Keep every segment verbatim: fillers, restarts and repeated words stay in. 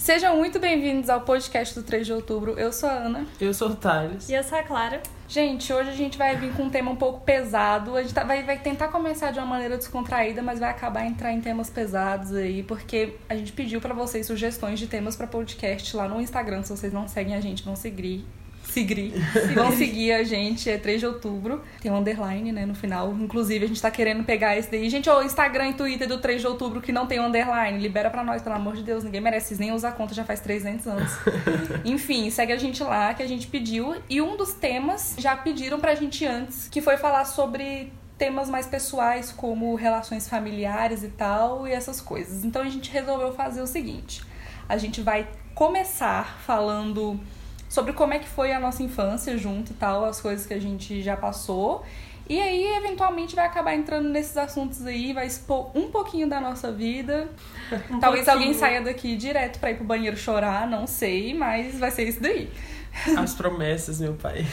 Sejam muito bem-vindos ao podcast do três de outubro. Eu sou a Ana. Eu sou o Thales. E eu sou a Clara. Gente, hoje a gente vai vir com um tema um pouco pesado. A gente tá, vai, vai tentar começar de uma maneira descontraída, mas vai acabar entrar em temas pesados aí, porque a gente pediu pra vocês sugestões de temas pra podcast lá no Instagram. Se vocês não seguem a gente, vão seguir. Seguir. Vão seguir a gente, é três de outubro. Tem um underline, né, no final. Inclusive, a gente tá querendo pegar esse daí. Gente, o Instagram e Twitter do três de outubro que não tem underline, libera pra nós, pelo amor de Deus. Ninguém merece, vocês nem usam a conta já faz trezentos anos. Enfim, segue a gente lá, que a gente pediu. E um dos temas já pediram pra gente antes, que foi falar sobre temas mais pessoais, como relações familiares e tal, e essas coisas. Então, a gente resolveu fazer o seguinte. A gente vai começar falando sobre como é que foi a nossa infância junto e tal, as coisas que a gente já passou. E aí, eventualmente, vai acabar entrando nesses assuntos aí, vai expor um pouquinho da nossa vida. Um Talvez pouquinho. Alguém saia daqui direto pra ir pro banheiro chorar, não sei, mas vai ser isso daí. As promessas, meu pai.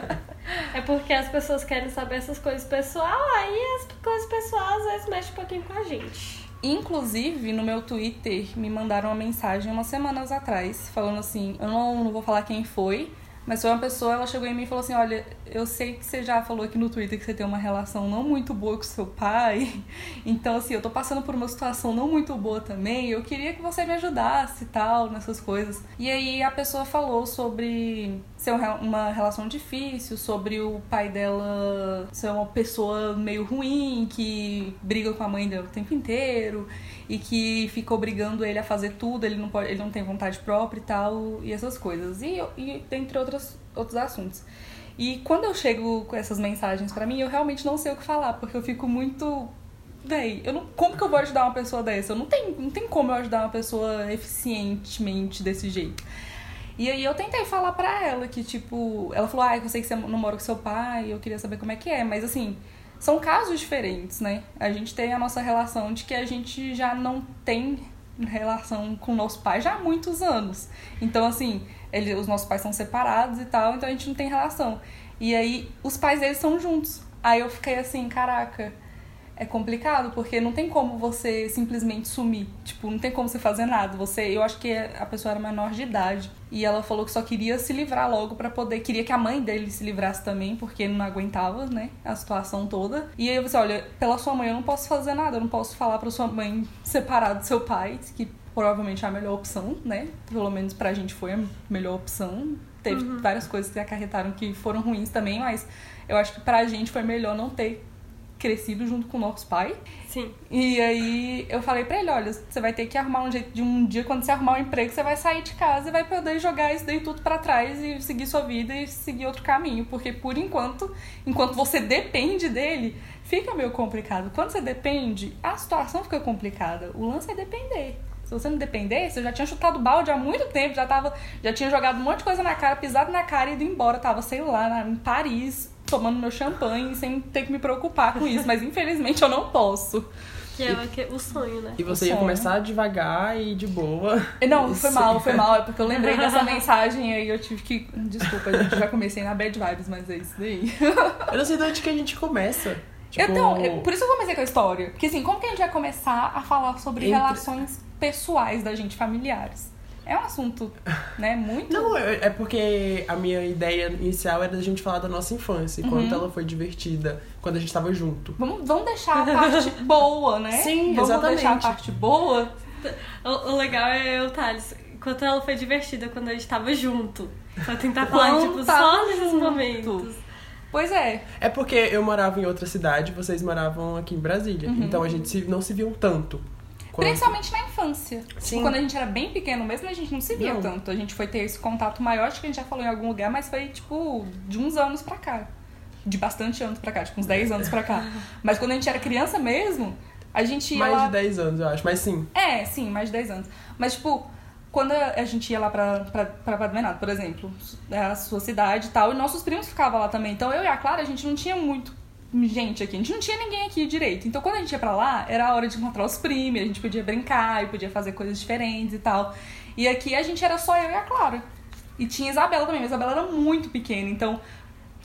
É porque as pessoas querem saber essas coisas pessoais, aí as coisas pessoais às vezes mexem um pouquinho com a gente. Inclusive, no meu Twitter, me mandaram uma mensagem umas semanas atrás, falando assim, eu não, não vou falar quem foi, mas foi uma pessoa, ela chegou em mim e falou assim, olha, eu sei que você já falou aqui no Twitter que você tem uma relação não muito boa com seu pai, então assim, eu tô passando por uma situação não muito boa também, eu queria que você me ajudasse e tal, nessas coisas. E aí a pessoa falou sobre ser uma relação difícil, sobre o pai dela ser uma pessoa meio ruim, que briga com a mãe dela o tempo inteiro, e que fica obrigando ele a fazer tudo, ele não, pode, ele não tem vontade própria e tal, e essas coisas. E, e dentre outros, outros assuntos. E quando eu chego com essas mensagens pra mim, eu realmente não sei o que falar, porque eu fico muito... Véi, eu não, como que eu vou ajudar uma pessoa dessa? Eu não tem, não tem como eu ajudar uma pessoa eficientemente desse jeito. E aí eu tentei falar pra ela que, tipo... Ela falou, ah, eu sei que você não mora com seu pai, eu queria saber como é que é, mas assim... São casos diferentes, né? A gente tem a nossa relação de que a gente já não tem relação com o nosso pai já há muitos anos. Então, assim, ele, os nossos pais são separados e tal, então a gente não tem relação. E aí, os pais deles são juntos. Aí eu fiquei assim, caraca, é complicado, porque não tem como você simplesmente sumir. Tipo, não tem como você fazer nada. Você, eu acho que a pessoa era menor de idade. E ela falou que só queria se livrar logo pra poder... Queria que a mãe dele se livrasse também, porque não aguentava, né, a situação toda. E aí eu disse, olha, pela sua mãe eu não posso fazer nada. Eu não posso falar pra sua mãe separar do seu pai, que provavelmente é a melhor opção, né? Pelo menos pra gente foi a melhor opção. Teve uhum. várias coisas que acarretaram que foram ruins também, mas eu acho que pra gente foi melhor não ter crescido junto com o nosso pai. Sim. E aí eu falei pra ele, olha, você vai ter que arrumar um jeito de um dia, quando você arrumar um emprego, você vai sair de casa e vai poder jogar isso daí tudo pra trás e seguir sua vida e seguir outro caminho. Porque por enquanto, enquanto você depende dele, fica meio complicado. Quando você depende, a situação fica complicada. O lance é depender. Se você não dependesse, eu já tinha chutado balde há muito tempo, já, tava, já tinha jogado um monte de coisa na cara, pisado na cara e ido embora. Tava, sei lá, em Paris, tomando meu champanhe, sem ter que me preocupar com isso. Mas infelizmente eu não posso. Que é o sonho, né? E você ia começar devagar e de boa. Não, foi mal, foi mal. É porque eu lembrei dessa mensagem e aí eu tive que... Desculpa, gente, já comecei na bad vibes, mas é isso daí. Eu não sei de onde que a gente começa. Tipo... Então, por isso eu comecei com a história. Porque assim, como que a gente vai começar a falar sobre Entre... relações pessoais da gente, familiares? É um assunto, né, muito... Não, é porque a minha ideia inicial era a gente falar da nossa infância, uhum. quanto ela foi divertida, quando a gente tava junto. Vamos, vamos deixar a parte boa, né? Sim, vamos exatamente. Vamos deixar a parte boa. O, o legal é o Thales, quanto ela foi divertida quando a gente tava junto. Pra tentar falar, tipo, só nesses momentos. Pois é. É porque eu morava em outra cidade, vocês moravam aqui em Brasília. Uhum. Então a gente se, não se viu tanto. Quando... Principalmente na infância. Sim. Tipo, quando a gente era bem pequeno mesmo, a gente não se via não. tanto. A gente foi ter esse contato maior, acho que a gente já falou em algum lugar, mas foi, tipo, de uns anos pra cá. De bastante anos pra cá, tipo, uns dez anos pra cá. Mas quando a gente era criança mesmo, a gente ia Mais lá... de dez anos, eu acho, mas sim. É, sim, mais de dez anos. Mas, tipo, quando a gente ia lá pra, pra, pra Padre Bernardo, por exemplo, a sua cidade e tal, e nossos primos ficavam lá também. Então, eu e a Clara, a gente não tinha muito gente aqui, a gente não tinha ninguém aqui direito. Então, quando a gente ia pra lá, era a hora de encontrar os primos, a gente podia brincar e podia fazer coisas diferentes e tal. E aqui a gente era só eu e a Clara. E tinha a Isabela também, mas a Isabela era muito pequena, então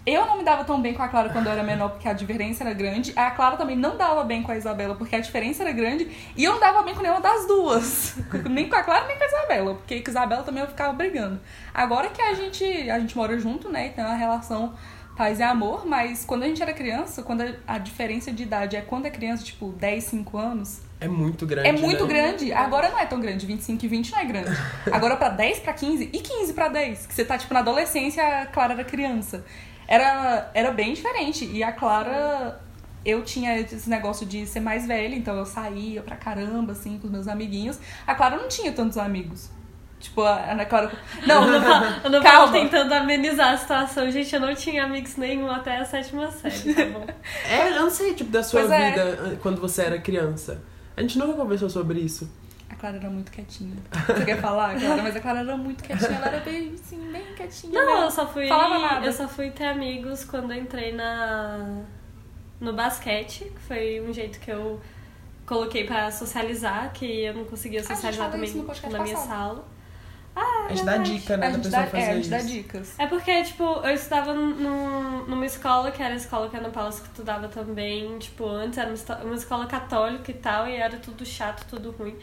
eu não me dava tão bem com a Clara quando eu era menor, porque a diferença era grande. A Clara também não dava bem com a Isabela, porque a diferença era grande. E eu não dava bem com nenhuma das duas. Nem com a Clara, nem com a Isabela. Porque com a Isabela também eu ficava brigando. Agora que a gente, a gente mora junto, né? E tem uma relação paz e amor. Mas quando a gente era criança, quando a, a diferença de idade é quando é criança, tipo, dez, cinco anos... É muito grande, É muito né? grande. Agora não é tão grande. vinte e cinco e vinte não é grande. Agora pra dez, pra quinze e quinze pra dez. Que você tá, tipo, na adolescência, a Clara era criança. Era, era bem diferente. E a Clara... Eu tinha esse negócio de ser mais velha, então eu saía pra caramba, assim, com os meus amiguinhos. A Clara não tinha tantos amigos. Tipo, a Ana Clara... Não, eu não, eu não calma. tava tentando amenizar a situação. Gente, eu não tinha amigos nenhum até a sétima série, tá bom? É, eu não sei, tipo, da sua Pois é. vida quando você era criança. A gente nunca conversou sobre isso. A Clara era muito quietinha. Você quer falar, Clara? Mas a Clara era muito quietinha. Ela era bem, assim, bem quietinha. Não, mesmo. eu só fui. Falava nada. Eu só fui ter amigos quando eu entrei na no basquete, que foi um jeito que eu coloquei pra socializar, que eu não conseguia socializar também na minha sala. Ah, a gente dá dica, né, a da gente pessoa dá, fazer é, a gente isso. dá dicas. É porque, tipo, eu estudava num, numa escola, que era a escola que a Ana Paula estudava também, tipo, antes era uma, uma escola católica e tal, e era tudo chato, tudo ruim.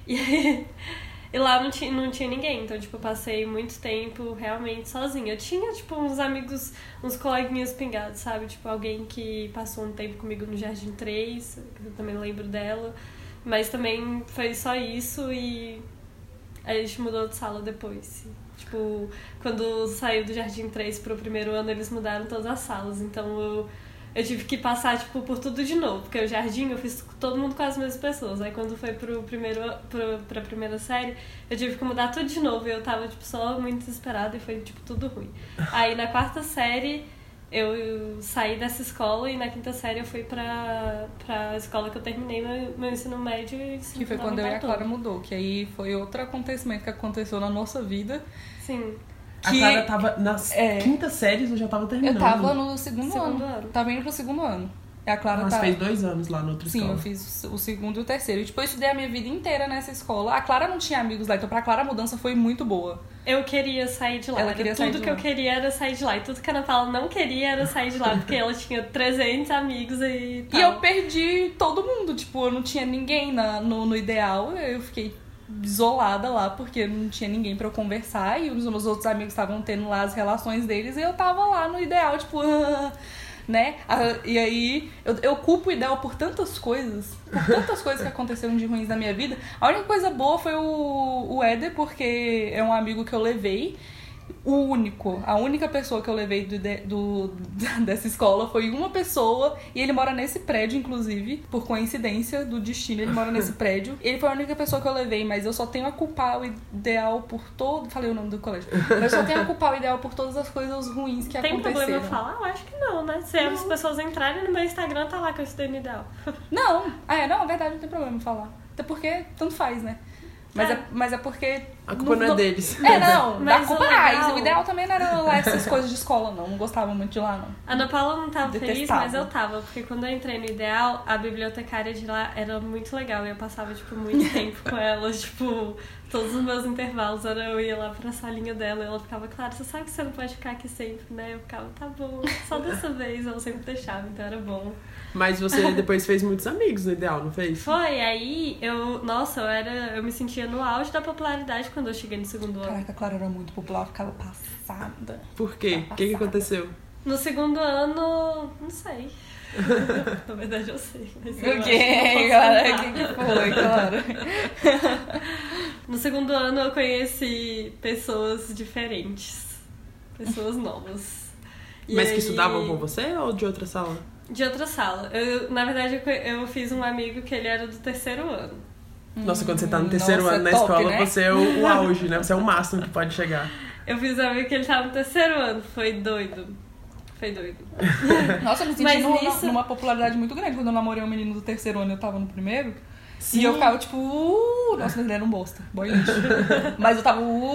E, e lá não tinha, não tinha ninguém, então, tipo, eu passei muito tempo realmente sozinha. Eu tinha, tipo, uns amigos, uns coleguinhas pingados, sabe? Tipo, alguém que passou um tempo comigo no Jardim três, que eu também lembro dela, mas também foi só isso e... A gente mudou de sala depois. Tipo, quando saiu do Jardim três pro primeiro ano, eles mudaram todas as salas. Então eu, eu tive que passar, tipo, por tudo de novo. Porque o Jardim eu fiz todo mundo com as mesmas pessoas. Aí quando foi pro primeiro, pro, pra primeira série, eu tive que mudar tudo de novo. E eu tava, tipo, só muito desesperada e foi, tipo, tudo ruim. Aí na quarta série... Eu saí dessa escola e na quinta série eu fui pra, pra escola que eu terminei meu, meu ensino médio e ensino Que foi quando eu e a todo. Clara mudou. Que aí foi outro acontecimento que aconteceu na nossa vida. Sim. Que A Clara tava na é, quinta série, eu já tava terminando. Eu tava no segundo, Segundo ano. ano. Tava indo pro segundo ano. E a Clara Mas tá... fez dois anos lá no outro Sim, escola. eu fiz o segundo e o terceiro. E tipo, eu estudei a minha vida inteira nessa escola. A Clara não tinha amigos lá, então pra Clara a mudança foi muito boa. Eu queria sair de lá. Ela queria tudo sair de que lá. eu queria era sair de lá. E tudo que a Ana Paula não queria era sair de lá, porque ela tinha trezentos amigos e tal. E eu perdi todo mundo, tipo, eu não tinha ninguém na, no, no ideal. Eu fiquei isolada lá, porque não tinha ninguém pra eu conversar. E os meus outros amigos estavam tendo lá as relações deles. E eu tava lá no ideal, tipo... né? E aí, eu, eu culpo o ideal por tantas coisas, por tantas coisas que aconteceram de ruins na minha vida. A única coisa boa foi o, o Éder, porque é um amigo que eu levei. O único, a única pessoa que eu levei do, do, dessa escola foi uma pessoa, e ele mora nesse prédio, inclusive, por coincidência do destino, ele mora nesse prédio. Ele foi a única pessoa que eu levei, mas eu só tenho a culpar o ideal por todo... Falei o nome do colégio. Mas eu só tenho a culpar o ideal por todas as coisas ruins que Tem aconteceram. problema eu falar? Eu acho que não, né? Se as pessoas entrarem no meu Instagram, tá lá que eu estudei no ideal. Não, ah, é, não, é verdade, não tem problema falar. Até porque tanto faz, né? Mas é, É. mas é porque... A culpa não, não é deles. É, não, Mas da culpa o legal- mais. O ideal também não era lá essas coisas de escola, não. Não gostava muito de lá, não. A Ana Paula não tava feliz, Detestava. mas eu tava. Porque quando eu entrei no ideal, a bibliotecária de lá era muito legal. E eu passava, tipo, muito tempo com ela. Tipo, todos os meus intervalos era eu ia lá pra salinha dela. E ela ficava, claro, você sabe que você não pode ficar aqui sempre, né? Eu ficava, tá bom. Só dessa vez ela sempre deixava, então era bom. Mas você depois fez muitos amigos no ideal, não fez? Foi, aí eu... Nossa, eu era... Eu me sentia no auge da popularidade quando eu cheguei no segundo ano. Caraca, a Clara era muito popular, eu ficava passada. Por quê? O que, que aconteceu? No segundo ano... Não sei. Na verdade eu sei. Mas eu O acho quê, que eu posso Clara? O contar. que que foi, Clara? No segundo ano eu conheci pessoas diferentes. Pessoas novas. E Mas que aí- estudavam com você ou de outra sala? De outra sala. Eu, na verdade, eu co- eu fiz um amigo que ele era do terceiro ano. Nossa, quando você tá no terceiro Nossa, ano na top, escola, né? você é o, o auge, né? Você é o máximo que pode chegar. Eu fiz um amigo que ele tava no terceiro ano. Foi doido. Foi doido. Nossa, eu me senti Mas numa, nisso- numa popularidade muito grande. Quando eu namorei um menino do terceiro ano, eu tava no primeiro. Sim. E eu ficava tipo, uh, nossa, mas ele era um bosta, boy lixo. Mas eu tava, uh,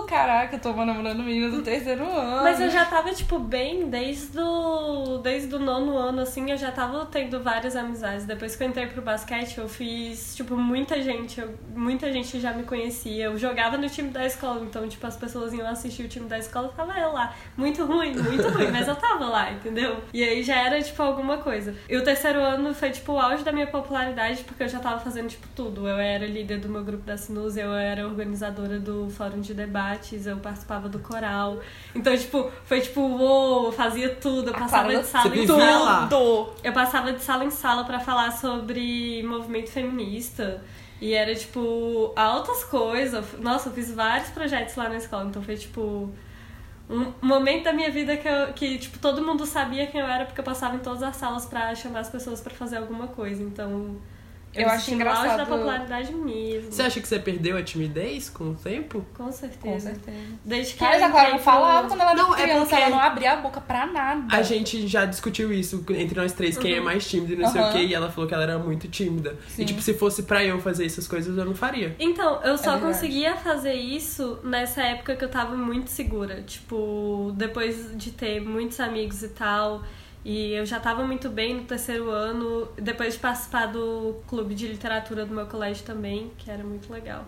caraca, eu tô namorando menina do terceiro ano. Mas eu já tava, tipo, bem desde o, desde o nono ano, assim, eu já tava tendo várias amizades. Depois que eu entrei pro basquete, eu fiz, tipo, muita gente, eu, muita gente já me conhecia. Eu jogava no time da escola, então, tipo, as pessoas iam assistir o time da escola e tava eu lá. Muito ruim, muito ruim, mas eu tava lá, entendeu? E aí já era, tipo, alguma coisa. E o terceiro ano foi, tipo, o auge da minha popularidade, porque eu já tava fazendo, tipo, tudo. Eu era líder do meu grupo da Sinus, eu era organizadora do fórum de debates, eu participava do coral. Então, tipo, foi tipo, uou, eu fazia tudo. Eu passava de sala em sala. Eu passava de sala em sala pra falar sobre movimento feminista. E era, tipo, altas coisas. Nossa, eu fiz vários projetos lá na escola. Então foi, tipo, um momento da minha vida que, eu, que tipo, todo mundo sabia quem eu era, porque eu passava em todas as salas pra chamar as pessoas pra fazer alguma coisa. Então... Eu, eu acho engraçado. Eu da popularidade mesmo. Você acha que você perdeu a timidez com o tempo? Com certeza. Com certeza. Desde que Mas a Clara não falava pro... quando ela era não, criança, é porque... ela não abria a boca pra nada. A gente já discutiu isso entre nós três, quem uhum. é mais tímido e não uhum. sei o quê, e ela falou que ela era muito tímida. Sim. E tipo, se fosse pra eu fazer essas coisas, eu não faria. Então, eu só é conseguia fazer isso nessa época que eu tava muito segura. Tipo, depois de ter muitos amigos e tal... E eu já tava muito bem no terceiro ano, depois de participar do clube de literatura do meu colégio também, que era muito legal.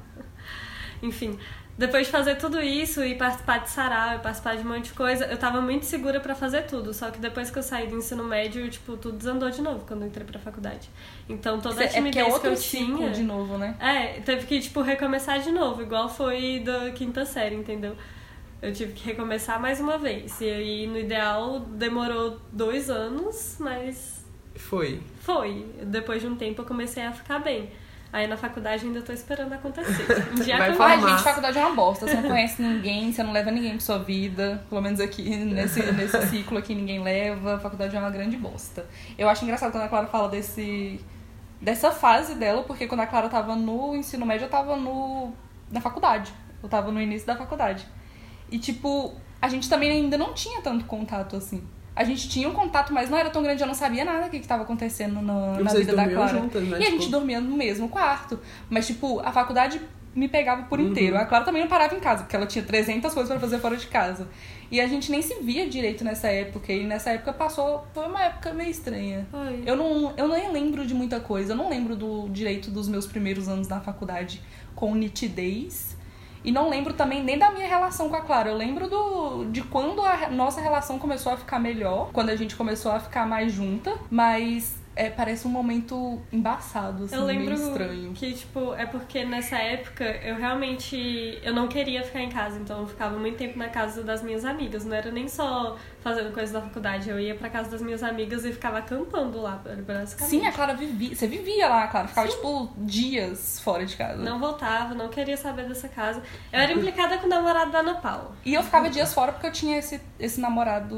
Enfim, depois de fazer tudo isso e participar de sarau e participar de um monte de coisa, eu tava muito segura pra fazer tudo. Só que depois que eu saí do ensino médio, tipo, tudo desandou de novo quando eu entrei pra faculdade. Então toda a timidez é, é que, é que eu tinha... de novo, né? É, teve que, tipo, recomeçar de novo, igual foi da quinta série, entendeu? Eu tive que recomeçar mais uma vez. E aí, no ideal, demorou dois anos, mas... Foi. Foi. Depois de um tempo, eu comecei a ficar bem. Aí, na faculdade, ainda tô esperando acontecer. Um dia Vai Ai, gente, faculdade é uma bosta. Você não conhece ninguém, você não leva ninguém pra sua vida. Pelo menos aqui, nesse, nesse ciclo aqui, ninguém leva. A faculdade é uma grande bosta. Eu acho engraçado quando a Clara fala desse... dessa fase dela, porque quando a Clara tava no ensino médio, eu tava no... na faculdade. Eu tava no início da faculdade. E, tipo, a gente também ainda não tinha tanto contato, assim. A gente tinha um contato, mas não era tão grande, eu não sabia nada do que estava acontecendo na, na vida da Clara. Juntas, né? E a gente dormia no mesmo quarto. Mas, tipo, a faculdade me pegava por inteiro. Uhum. A Clara também não parava em casa, porque ela tinha trezentas coisas pra fazer fora de casa. E a gente nem se via direito nessa época. E nessa época passou... Foi uma época meio estranha. Ai. Eu não, eu nem lembro de muita coisa. Eu não lembro do direito dos meus primeiros anos na faculdade com nitidez. E não lembro também nem da minha relação com a Clara. Eu lembro do, de quando a nossa relação começou a ficar melhor. Quando a gente começou a ficar mais junta. Mas é, parece um momento embaçado, assim, eu lembro meio estranho. Que, tipo, é porque nessa época eu realmente... Eu não queria ficar em casa. Então eu ficava muito tempo na casa das minhas amigas. Não era nem só fazendo coisas da faculdade. Eu ia pra casa das minhas amigas e ficava acampando lá, basicamente. Sim, a Clara vivia... Você vivia lá, Clara. Ficava, Sim. tipo, dias fora de casa. Não voltava, não queria saber dessa casa. Eu era implicada com o namorado da Ana Paula. E eu ficava dias fora porque eu tinha esse, esse namorado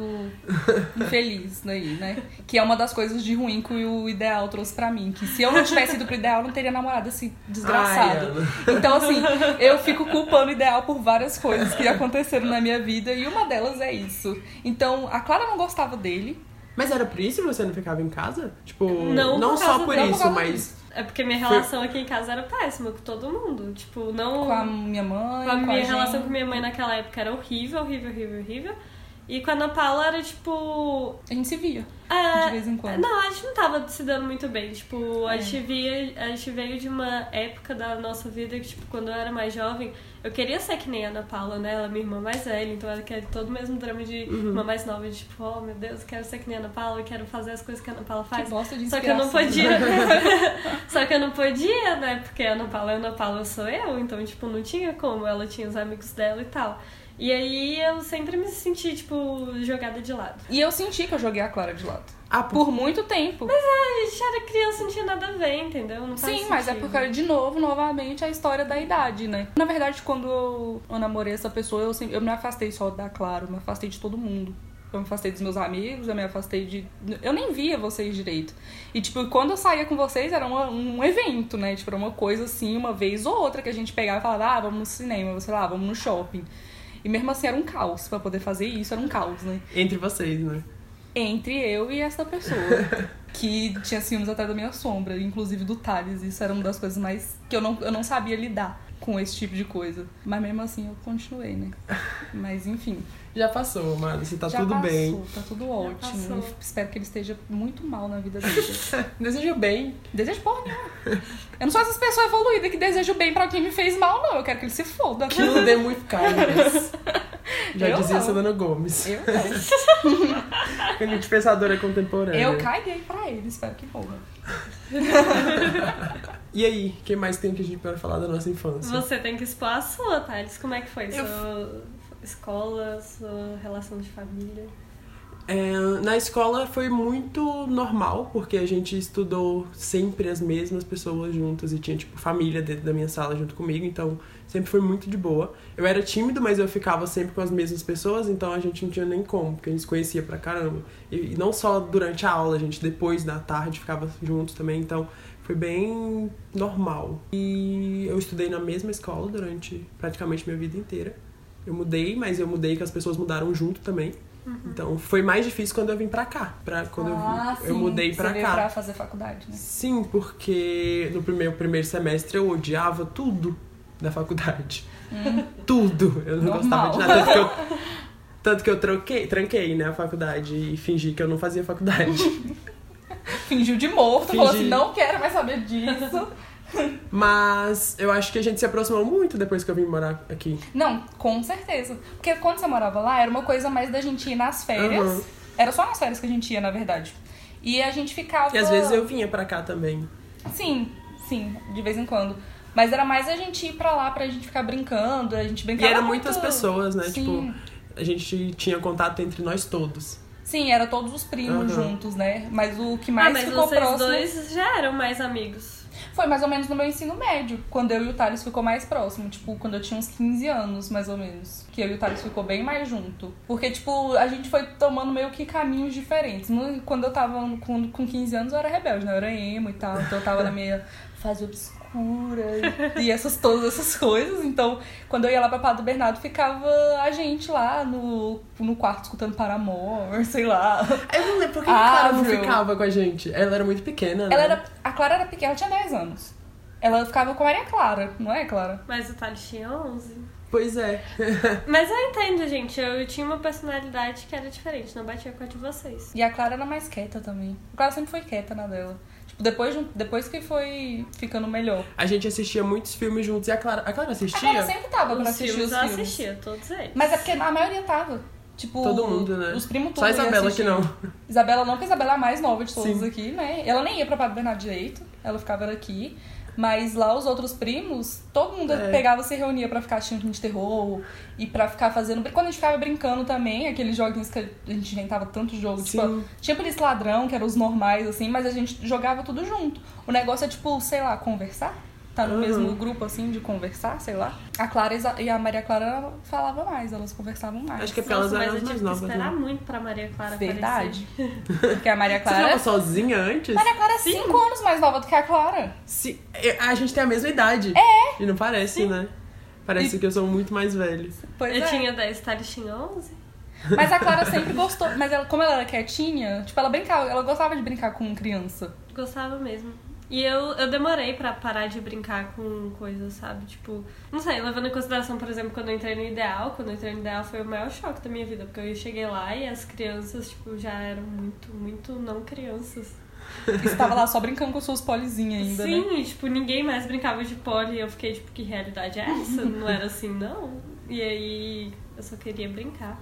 infeliz daí, né? Que é uma das coisas de ruim que o Ideal trouxe pra mim. Que se eu não tivesse ido pro Ideal, eu não teria namorado assim, desgraçado. Ai, então, assim, eu fico culpando o Ideal por várias coisas que aconteceram na minha vida. E uma delas é isso. Então, a Clara não gostava dele. Mas era por isso que você não ficava em casa? Tipo, não, não por só por não isso, por mas... Disso. É porque minha relação Foi... aqui em casa era péssima com todo mundo. Tipo, não... Com a minha mãe, com a com minha a relação gente. com minha mãe naquela época era horrível, horrível, horrível, horrível. E com a Ana Paula era, tipo... A gente se via, é, de vez em quando. Não, a gente não tava se dando muito bem. Tipo, a, É. gente via, a gente veio de uma época da nossa vida que, tipo, quando eu era mais jovem, eu queria ser que nem a Ana Paula, né? Ela é minha irmã mais velha, então ela quer todo o mesmo drama de Uhum. irmã mais nova. De, tipo, oh, meu Deus, quero ser que nem a Ana Paula, eu quero fazer as coisas que a Ana Paula faz. Que bosta de Só que eu não inspiração. podia. Só que eu não podia, né? Porque a Ana Paula é a Ana Paula, sou eu. Então, tipo, não tinha como. Ela tinha os amigos dela e tal. E aí eu sempre me senti, tipo, jogada de lado. E eu senti que eu joguei a Clara de lado. Ah, por... Por muito tempo. Mas a gente era criança, não tinha nada a ver, entendeu? Não faz Sim, mas é sentido. porque, de novo, novamente, a história da idade, né? Na verdade, quando eu, eu namorei essa pessoa, eu, sempre, eu me afastei só da Clara, eu me afastei de todo mundo. Eu me afastei dos meus amigos, eu me afastei de... Eu nem via vocês direito. E, tipo, quando eu saía com vocês, era uma, um evento, né? Tipo, era uma coisa assim, uma vez ou outra, que a gente pegava e falava, ah, vamos no cinema, sei lá, vamos no shopping. E mesmo assim, era um caos. Pra poder fazer isso, era um caos, né? Entre vocês, né? Entre eu e essa pessoa. Que tinha ciúmes até da minha sombra, inclusive do Thales. Isso era uma das coisas mais que eu não, eu não sabia lidar. com esse tipo de coisa. Mas mesmo assim eu continuei, né? Mas enfim. Já passou, mano. Você tá Já tudo passou, bem. Tá tudo ótimo. passou. Espero que ele esteja muito mal na vida dele. Desejo bem. Desejo porra nenhuma. Eu não sou essas pessoas evoluídas que desejam bem pra quem me fez mal, não. Eu quero que ele se foda. Que não dê muito kindness. Já Eu dizia não. Selena Gomez. Eu não. Grande pensadora contemporânea. Eu caguei pra ele, espero que morra. E aí, o que mais tem que a gente pode falar da nossa infância? Você tem que expor a sua, Thales. Como é que foi? Eu... Sua escola, sua relação de família? É, na escola foi muito normal, porque a gente estudou sempre as mesmas pessoas juntas e tinha, tipo, família dentro da minha sala junto comigo, então sempre foi muito de boa. Eu era tímido, mas eu ficava sempre com as mesmas pessoas, então a gente não tinha nem como, porque a gente se conhecia pra caramba. E, e não só durante a aula, a gente depois da tarde ficava juntos também, então foi bem normal. E eu estudei na mesma escola durante praticamente minha vida inteira. Eu mudei, mas eu mudei que as pessoas mudaram junto também. Uhum. Então foi mais difícil quando eu vim pra cá. Pra, quando ah, eu, sim. eu mudei pra Você veio cá. pra fazer faculdade, né? Sim, porque no primeiro, primeiro semestre eu odiava tudo da faculdade. Hum. Tudo. Eu não Normal. gostava de nada. Tanto que eu, tanto que eu troquei, tranquei, né, a faculdade e fingi que eu não fazia faculdade. Fingiu de morto, Fingi. falou assim, não quero mais saber disso. Mas eu acho que a gente se aproximou muito depois que eu vim morar aqui. Não, com certeza. Porque quando você morava lá, era uma coisa mais da gente ir nas férias. Uhum. Era só nas férias que a gente ia, na verdade. E a gente ficava... E às vezes eu vinha pra cá também. Sim, sim, de vez em quando. Mas era mais a gente ir pra lá pra gente ficar brincando, a gente E brincava eram muito... muitas pessoas, né? Sim. Tipo, a gente tinha contato entre nós todos. Sim, era todos os primos Uhum. juntos, né? Mas o que mais ah, mas ficou vocês próximo... dois já eram mais amigos. Foi mais ou menos no meu ensino médio, quando eu e o Thales ficou mais próximo, tipo, quando eu tinha uns quinze anos, mais ou menos. Que eu e o Thales ficou bem mais junto. Porque, tipo, a gente foi tomando meio que caminhos diferentes. No, quando eu tava com, com quinze anos, eu era rebelde, né? Eu era emo e tal, então eu tava na minha fase obscura e, e essas, todas essas coisas. Então, quando eu ia lá pra Padre Bernardo, ficava a gente lá no, no quarto escutando Paramore, sei lá. Eu não lembro, por que Ah, a Clara não viu? ficava com a gente? Ela era muito pequena, né? Ela era, a Clara era pequena, ela tinha dez anos. Ela ficava com a Maria Clara, não é, Clara? Mas o Thales tinha onze. Pois é. Mas eu entendo, gente. Eu tinha uma personalidade que era diferente. Não batia com a de vocês. E a Clara era mais quieta também. A Clara sempre foi quieta na dela. Tipo, depois, de- depois que foi ficando melhor. A gente assistia muitos filmes juntos e a Clara... A Clara A assistia? Clara sempre tava quando Os assistia filmes os eu filmes. assistia, todos eles. Mas é porque a maioria tava. Tipo, Todo mundo, né? Os primos Só a todos iam Isabela que assistir. não. Isabela não, porque a Isabela é a mais nova de todos Sim. aqui, né? Ela nem ia pra Padre Bernardo direito. Ela ficava aqui. Mas lá os outros primos, todo mundo É. pegava e se reunia pra ficar assistindo filme de terror e pra ficar fazendo. Quando a gente ficava brincando também, aqueles joguinhos que a gente inventava tanto jogo, tipo, Sim. tinha Polícia Ladrão, que eram os normais, assim, mas a gente jogava tudo junto. O negócio é, tipo, sei lá, conversar. Tá no Uhum. mesmo grupo, assim, de conversar, sei lá. A Clara e a Maria Clara falavam mais, elas conversavam mais. Acho que é porque Nossa, elas mas eram eu as mais tive que novas, esperar né? muito pra Maria Clara Verdade. Porque a Maria Você Clara... ficava sozinha antes? Maria Clara é Sim. cinco anos mais nova do que a Clara. Sim. A gente tem a mesma idade. É. E não parece, né? Parece E- que eu sou muito mais velho. Pois Eu é. tinha dez, Thales tinha onze. Mas a Clara sempre gostou. Mas ela, como ela era quietinha, tipo, ela brincava, ela gostava de brincar com criança. Gostava mesmo. E eu, eu demorei pra parar de brincar com coisas, sabe? Tipo, não sei, levando em consideração, por exemplo, quando eu entrei no Ideal. Quando eu entrei no Ideal foi o maior choque da minha vida. Porque eu cheguei lá e as crianças, tipo, já eram muito, muito não crianças. E você tava lá só brincando com suas polizinhas ainda, né? Sim, e, tipo, ninguém mais brincava de pole. E eu fiquei, tipo, que realidade é essa? Não era assim, não. E aí, eu só queria brincar.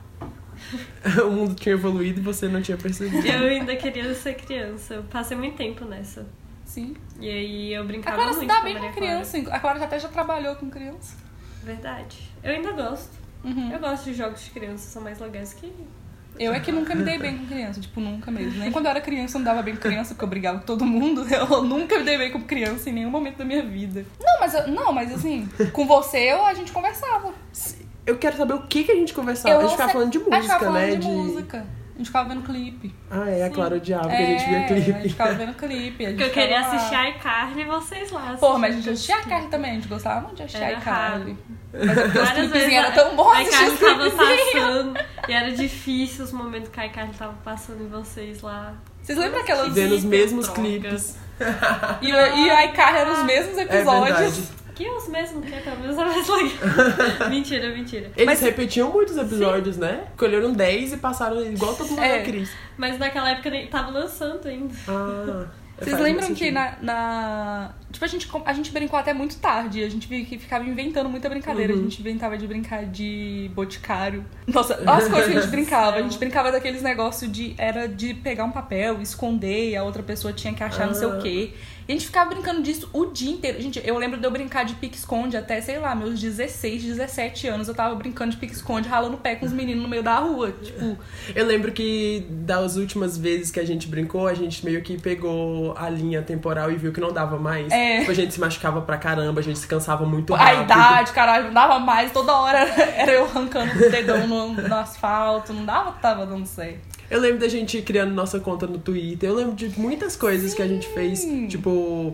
O mundo tinha evoluído e você não tinha percebido. Eu ainda queria ser criança. Eu passei muito tempo nessa. Sim. E aí eu A brincava Clara muito se dá com a bem com Maria Clara. criança. A Clara até já trabalhou com criança. Verdade. Eu ainda gosto. Uhum. Eu gosto de jogos de criança, são mais legais que... Eu é que nunca me dei bem com criança, tipo, nunca mesmo. Nem quando eu era criança eu não dava bem com criança, porque eu brigava com todo mundo. Eu nunca me dei bem com criança em nenhum momento da minha vida. Não, mas, eu- não, mas assim, com você eu, a gente conversava. Eu quero saber o que, que a gente conversava. Eu a gente ficava sei- falando de A gente música, ficava falando né? de música. A gente ficava vendo clipe. Ah, é, a Sim. Clara odiava que a gente É, via a gente clipe. ficava vendo clipe. A gente Porque eu queria ficava lá. assistir a iCarly e vocês lá. Pô, mas a gente assistindo. assistia a Carly também, a gente gostava muito de assistir Era a Carly. raro. Mas é porque os Várias vezes clipezinhos eram a- tão bons a iCarly assistir os tava clipezinhos. passando e era difícil os momentos que a iCarly tava passando em vocês lá. Vocês lembram aquelas... Vendo os Sim, mesmos droga. clipes. E, o- e a iCarly eram os mesmos É episódios. verdade. Que os mesmo, que é pelo menos a mais legal. Mentira, mentira. Eles Mas- repetiam muitos episódios, né? Escolheram dez e passaram igual todo mundo É. da Cris. Mas naquela época nem tava lançando ainda. Ah, Vocês faz lembram muito que sentido. na, na- Tipo, a gente, a gente brincou até muito tarde. A gente vi- que ficava inventando muita brincadeira. Uhum. A gente inventava de brincar de boticário. Nossa, olha as coisas que a gente brincava. A gente brincava daqueles negócios de... Era de pegar um papel, esconder, e a outra pessoa tinha que achar não sei o Ah. quê. E a gente ficava brincando disso o dia inteiro. Gente, eu lembro de eu brincar de pique-esconde até, sei lá, meus dezesseis, dezessete anos. Eu tava brincando de pique-esconde, ralando o pé com os meninos no meio da rua. Tipo, Eu lembro que das últimas vezes que a gente brincou, a gente meio que pegou a linha temporal e viu que não dava mais. É. Tipo, a gente se machucava pra caramba, a gente se cansava muito a rápido. idade, caralho, não dava mais. Toda hora era eu arrancando o dedão no, no asfalto. Não dava que tava dando certo. Eu lembro da gente criando nossa conta no Twitter. Eu lembro de muitas coisas que a gente fez, tipo,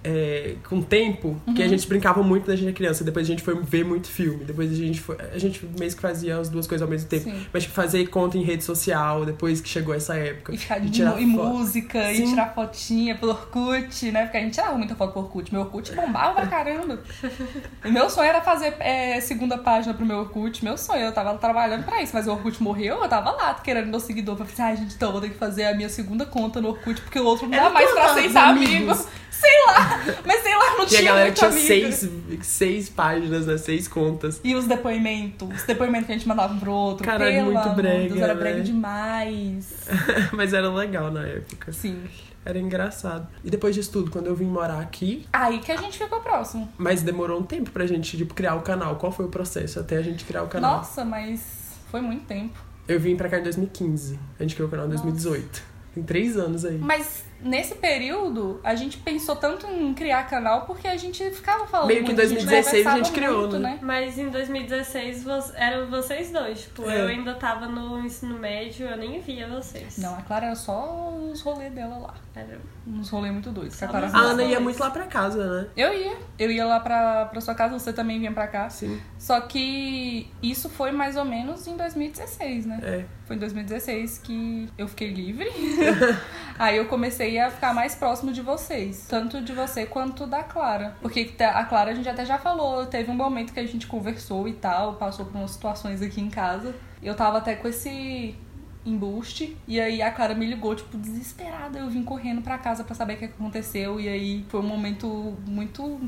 é, com tempo, que Uhum. a gente brincava muito quando a gente era criança. Depois a gente foi ver muito filme. Depois a gente foi. A gente meio que fazia as duas coisas ao mesmo tempo. Sim. Mas tipo, fazer conta em rede social depois que chegou essa época. E ficar de de tirar e foto. música, Sim. e tirar fotinha pelo Orkut, né? Porque a gente tirava muita foto pelo Orkut. Meu Orkut bombava pra caramba. E meu sonho era fazer é, segunda página pro meu Orkut. Meu sonho, eu tava trabalhando pra isso. Mas o Orkut morreu, eu tava lá querendo meu seguidor. Pra pensar, ai, gente, então eu vou ter que fazer a minha segunda conta no Orkut, porque o outro não dá Era mais pra quantos aceitar amigos? amigos. Sei lá, mas sei lá, não E tinha a galera muito tinha amigo. seis, seis páginas, né? Seis contas. E os depoimentos, os depoimentos que a gente mandava um pro outro. Caralho, Pelo muito amor de brega, Deus, era né? brega demais. Mas era legal na época. Sim. Era engraçado. E depois disso tudo, quando eu vim morar aqui, Aí que a gente ficou próximo. mas demorou um tempo pra gente, tipo, criar o canal. Qual foi o processo até a gente criar o canal? Nossa, mas foi muito tempo. Eu vim pra cá em dois mil e quinze. A gente criou o canal em dois mil e dezoito. Tem três anos aí. Mas nesse período, a gente pensou tanto em criar canal porque a gente ficava falando Meio que em muito, dois mil e dezesseis a gente conversava criou, muito, né? Mas em dois mil e dezesseis vo- eram vocês dois. Tipo, É. eu ainda tava no ensino médio, eu nem via vocês. Não, a Clara era só os rolês dela lá. Era... Uns rolês muito doidos. Que a Só Clara nos A arrumava. Ana ia dois. muito lá pra casa, né? Eu ia. Eu ia lá pra, pra sua casa, você também vinha pra cá. Sim. Só que isso foi mais ou menos em dois mil e dezesseis, né? É. Foi em dois mil e dezesseis que eu fiquei livre. Aí eu comecei a ficar mais próximo de vocês. Tanto de você quanto da Clara. Porque a Clara a gente até já falou. Teve um momento que a gente conversou e tal. Passou por umas situações aqui em casa. Eu tava até com esse embuste. E aí a Clara me ligou, tipo, desesperada. Eu vim correndo pra casa pra saber o que aconteceu. E aí foi um momento muito...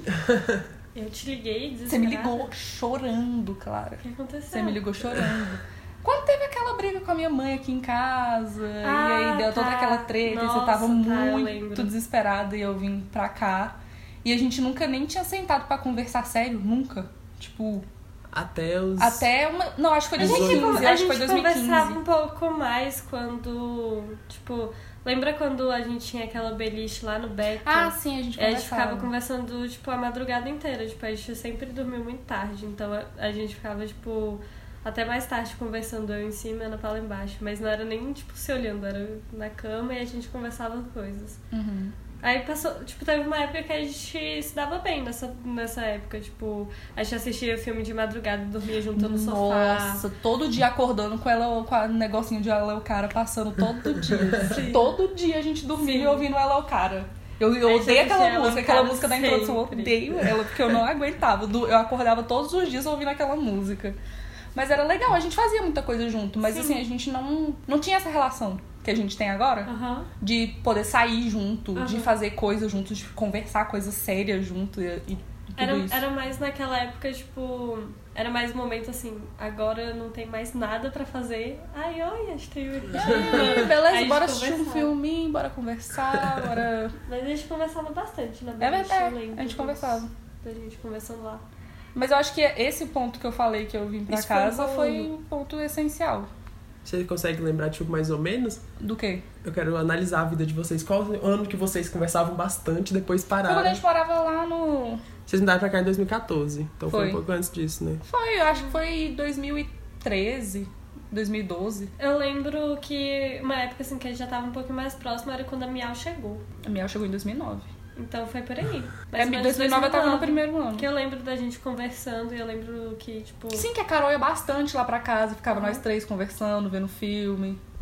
Eu te liguei, desesperada. Você me ligou chorando, Clara. O que aconteceu? Você me ligou chorando. Quando teve aquela briga com a minha mãe aqui em casa, Ah, e aí deu toda tá. aquela treta, e Nossa, você tava tá, eu muito lembro. desesperada e eu vim pra cá. E a gente nunca nem tinha sentado pra conversar sério, nunca. Tipo, Até os... até uma. Não, acho que foi A gente, dois mil e quinze, a acho que foi gente dois mil e quinze. conversava um pouco mais quando, tipo... Lembra quando a gente tinha aquela beliche lá no Beck? Ah, sim, a gente A gente conversava. ficava conversando, tipo, a madrugada inteira. Tipo, a gente sempre dormiu muito tarde. Então, a, a gente ficava, tipo, até mais tarde conversando. Eu em cima e a Ana Paula embaixo. Mas não era nem, tipo, se olhando. Era na cama e a gente conversava coisas. Uhum. Aí passou... Tipo, teve uma época que a gente se dava bem nessa, nessa época. Tipo, a gente assistia filme de madrugada e dormia junto no sofá. Nossa, todo dia acordando com ela, com o negocinho de ela é o cara passando todo dia. Todo dia a gente dormia Sim. ouvindo ela é o cara. Eu, eu Aí você odeio aquela assistia Ela é o música, aquela Cara música da introdução, eu sempre. odeio ela, porque eu não aguentava. Du- Eu acordava todos os dias ouvindo aquela música. Mas era legal, a gente fazia muita coisa junto, mas Sim. assim, a gente não, não tinha essa relação que a gente tem agora. Aham. De poder sair junto, de Aham. fazer coisas juntos, de conversar coisas sérias junto e, e tudo Era, isso. era mais naquela época, tipo... Era mais um momento assim, agora não tem mais nada pra fazer. Ai, olha, estreou aqui. Ah, beleza, Aí bora a gente assistir um conversava. filminho, bora conversar, bora... Mas a gente conversava bastante na É beliche, eu verdade, lembro a gente disso, conversava. Da gente conversando lá. Mas eu acho que esse ponto que eu falei que eu vim pra Isso foi casa bom. foi um ponto essencial. Você consegue lembrar, tipo, mais ou menos? Do quê? Eu quero analisar a vida de vocês. Qual ano que vocês conversavam bastante, depois Foi quando pararam? a gente morava lá no... Vocês mudaram pra cá em dois mil e quatorze. Então foi, Foi. um pouco antes disso, né? Foi, eu acho que foi dois mil e treze, dois mil e doze. Eu lembro que uma época assim que a gente já tava um pouquinho mais próximo era quando a Miau chegou. A Miau chegou em dois mil e nove. Então foi por aí. É, Mais ou em menos dois mil e nove eu tava no primeiro ano. Que eu lembro da gente conversando e eu lembro que, tipo... Sim, que a Carol ia bastante lá pra casa, ficava Uhum. nós três conversando, vendo filme.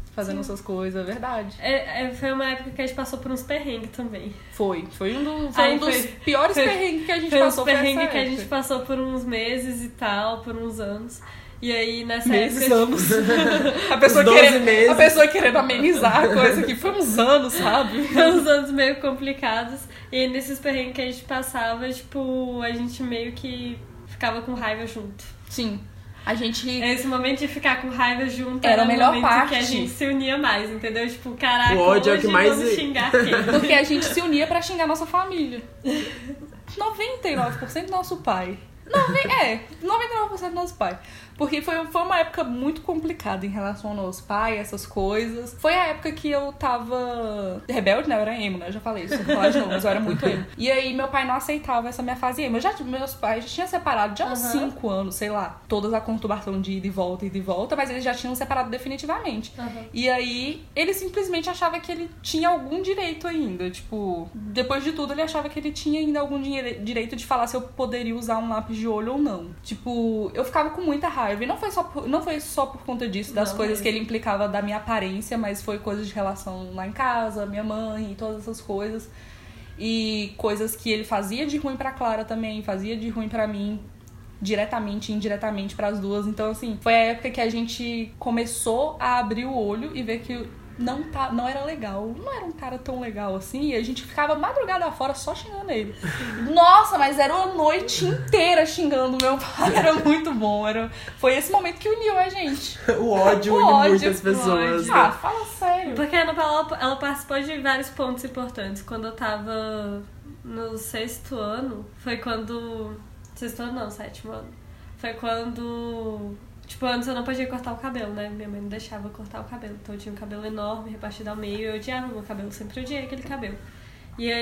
fazendo Sim. essas coisas, é verdade. É, é, foi uma época que a gente passou por uns perrengues também. Foi. Foi um, do, foi Aí um dos foi- piores foi- perrengues que a gente Foi uns passou por essa perrengues que a época. gente passou por uns meses e tal, por uns anos. E aí, nessa Meses, época... anos. A pessoa, Uns doze querendo, meses. a pessoa querendo amenizar a coisa que foi uns anos, sabe? Foi uns anos meio complicados. E aí, nesses perrengues que a gente passava, tipo, a gente meio que ficava com raiva junto. Sim. A gente... Esse momento de ficar com raiva junto Era era a o melhor momento parte. que a gente se unia mais, entendeu? Tipo, caraca, O ódio é o hoje que mais- vamos xingar quem? Porque a gente se unia pra xingar nossa família. noventa e nove por cento do nosso pai. Nove- é, noventa e nove por cento do nosso pai. Porque foi, foi uma época muito complicada em relação ao nosso pai, essas coisas. Foi a época que eu tava rebelde, né? Eu era emo, né? Eu já falei isso, vou falar de novo, mas eu era muito emo. E aí meu pai não aceitava essa minha fase emo. Eu já, meus pais já tinham separado já há uns Aham. cinco anos, sei lá. Todas a conturbação de ida e volta, ida e volta, mas eles já tinham separado definitivamente. Aham. E aí, ele simplesmente achava que ele tinha algum direito ainda. Tipo, depois de tudo, ele achava que ele tinha ainda algum dinhe- direito de falar se eu poderia usar um lápis de olho ou não. Tipo, eu ficava com muita raiva. E não foi só por, não foi só por conta disso, das Não, coisas é. que ele implicava da minha aparência, mas foi coisas de relação lá em casa, minha mãe e todas essas coisas. E coisas que ele fazia de ruim pra Clara também, fazia de ruim pra mim. Diretamente e indiretamente pras duas. Então, assim, foi a época que a gente começou a abrir o olho e ver que não, tá, não era legal. Não era um cara tão legal assim. E a gente ficava madrugada afora só xingando ele. Nossa, mas era uma noite inteira xingando meu pai. Era muito bom. Era... Foi esse momento que uniu a gente. O ódio O de ódio, muitas o pessoas. ódio. Ah, né? fala sério. Porque a Ana Paula, ela participou de vários pontos importantes. Quando eu tava no sexto ano, foi quando... Sexto ano não, sétimo ano. Foi quando... Tipo, antes eu não podia cortar o cabelo, né? Minha mãe não deixava eu cortar o cabelo. Então eu tinha um cabelo enorme, repartido ao meio, e eu odiava meu cabelo. Sempre odiei aquele cabelo. E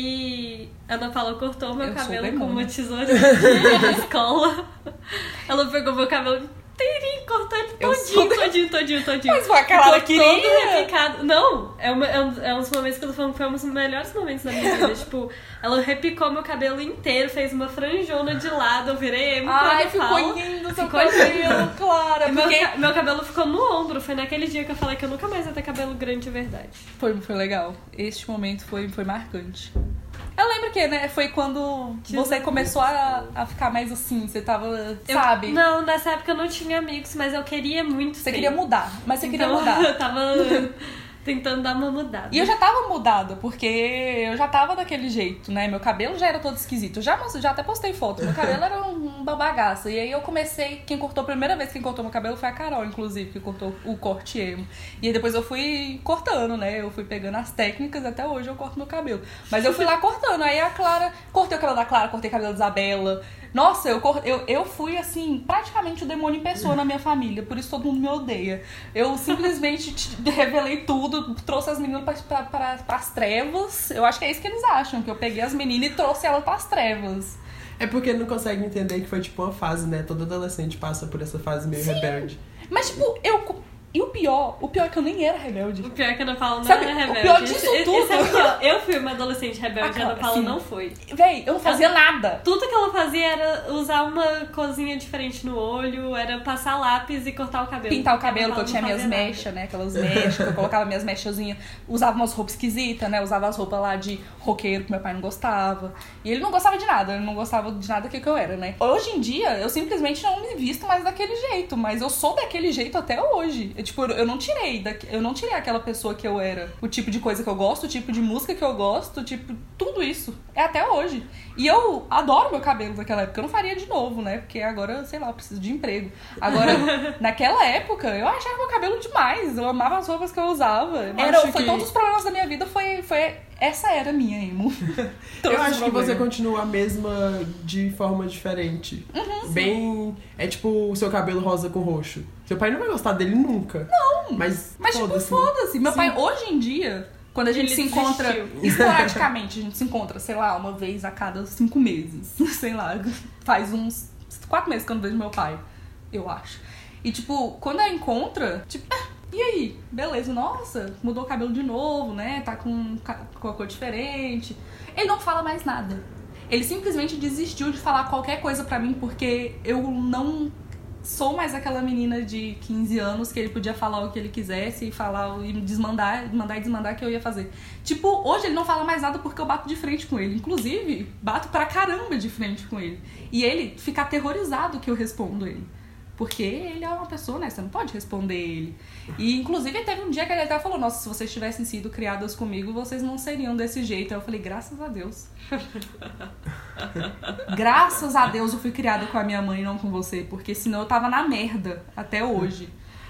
aí, a Ana Paula cortou meu Eu sou cabelo com demônio. uma tesourinha na escola. Ela pegou meu cabelo inteirinho, cortou ele Eu todinho, sou todinho, todinho, todinho. Mas a Clara Ficou todo queria. repicado. Não, é, uma, é, um, é uns momentos que eu tô falando que foi um dos melhores momentos da minha vida. Tipo, ela repicou meu cabelo inteiro, fez uma franjona de lado, eu virei emo. Ai, Clara ficou Paula. lindo seu Ficou cabelo, Clara. E meu, Porque ca- meu cabelo ficou no ombro. Foi naquele dia que eu falei que eu nunca mais ia ter cabelo grande de verdade. Foi, foi legal. Este momento foi, foi marcante. Eu lembro que, né, foi quando você começou a, a ficar mais assim, você tava, Eu- sabe? Não, nessa época eu não tinha amigos, mas eu queria muito Você ter. queria mudar, mas você queria Então, mudar. eu tava tentando dar uma mudada. E eu já tava mudada, porque eu já tava daquele jeito, né? Meu cabelo já era todo esquisito. Eu já, já até postei foto. Meu cabelo era um- uma bagaça. E aí eu comecei... Quem cortou, a primeira vez que cortou meu cabelo foi a Carol, inclusive, que cortou o corte emo. E aí depois eu fui cortando, né? Eu fui pegando as técnicas, até hoje eu corto meu cabelo. Mas eu fui lá cortando. Aí a Clara... Cortei o cabelo da Clara, cortei o cabelo da Isabela. Nossa, eu, cor- eu, eu fui, assim, praticamente o demônio em pessoa na minha família. Por isso todo mundo me odeia. Eu simplesmente te- revelei tudo, trouxe as meninas pra, pra, pra, pras trevas. Eu acho que é isso que eles acham, que eu peguei as meninas e trouxe elas pras trevas. É porque não consegue entender que foi tipo uma fase, né? Todo adolescente passa por essa fase meio rebelde. Mas, tipo, eu... E o pior, o pior é que eu nem era rebelde. O pior é que a Ana Paula não Sabe, era o rebelde. pior disso esse, tudo- Esse é o pior. Eu fui uma adolescente rebelde, Ah, a Ana Paula sim. não foi. Véi, eu não fazia nada. Tudo que ela fazia era usar uma coisinha diferente no olho, era passar lápis e cortar o cabelo. Pintar o Porque a cabelo, Ana que eu Paula tinha não minhas fazia nada. mechas, né? Aquelas mechas, que eu colocava minhas mechazinhas. Usava umas roupas esquisitas, né? Usava as roupas lá de roqueiro que meu pai não gostava. E ele não gostava de nada, ele não gostava de nada que, que eu era, né? Hoje em dia, eu simplesmente não me visto mais daquele jeito, mas eu sou daquele jeito até hoje. Eu, tipo, eu não tirei, daqui, eu não tirei aquela pessoa que eu era. O tipo de coisa que eu gosto, o tipo de música que eu gosto, tipo, tudo isso. É até hoje. E eu adoro meu cabelo daquela época. Eu não faria de novo, né? Porque agora, sei lá, eu preciso de emprego. Agora, naquela época, eu achava meu cabelo demais. Eu amava as roupas que eu usava. Era, acho foi que- todos os problemas da minha vida, foi, foi essa era a minha emo. Todos Eu os acho que você problemas. continua a mesma de forma diferente. Uhum, Bem. É tipo o seu cabelo rosa com roxo. Seu pai não vai gostar dele nunca. Não! Mas. Mas, tipo, foda-se, né? foda-se. Meu Sim. pai, hoje em dia, quando a gente Ele se encontra desistiu. esporadicamente, a gente se encontra, sei lá, uma vez a cada cinco meses. Sei lá, faz uns quatro meses que eu não vejo meu pai, eu acho. E, tipo, quando a encontra, tipo, ah, e aí? Beleza, nossa, mudou o cabelo de novo, né? Tá com, ca- com a cor diferente. Ele não fala mais nada. Ele simplesmente desistiu de falar qualquer coisa pra mim porque eu não sou mais aquela menina de quinze anos que ele podia falar o que ele quisesse e falar e desmandar, mandar e desmandar que eu ia fazer. Tipo, hoje ele não fala mais nada porque eu bato de frente com ele. Inclusive, bato pra caramba de frente com ele. E ele fica aterrorizado que eu respondo ele. Porque ele é uma pessoa, né? Você não pode responder ele. E, inclusive, teve um dia que ele até falou, nossa, se vocês tivessem sido criadas comigo, vocês não seriam desse jeito. Aí eu falei, graças a Deus. Graças a Deus eu fui criada com a minha mãe e não com você. Porque senão eu tava na merda até hoje.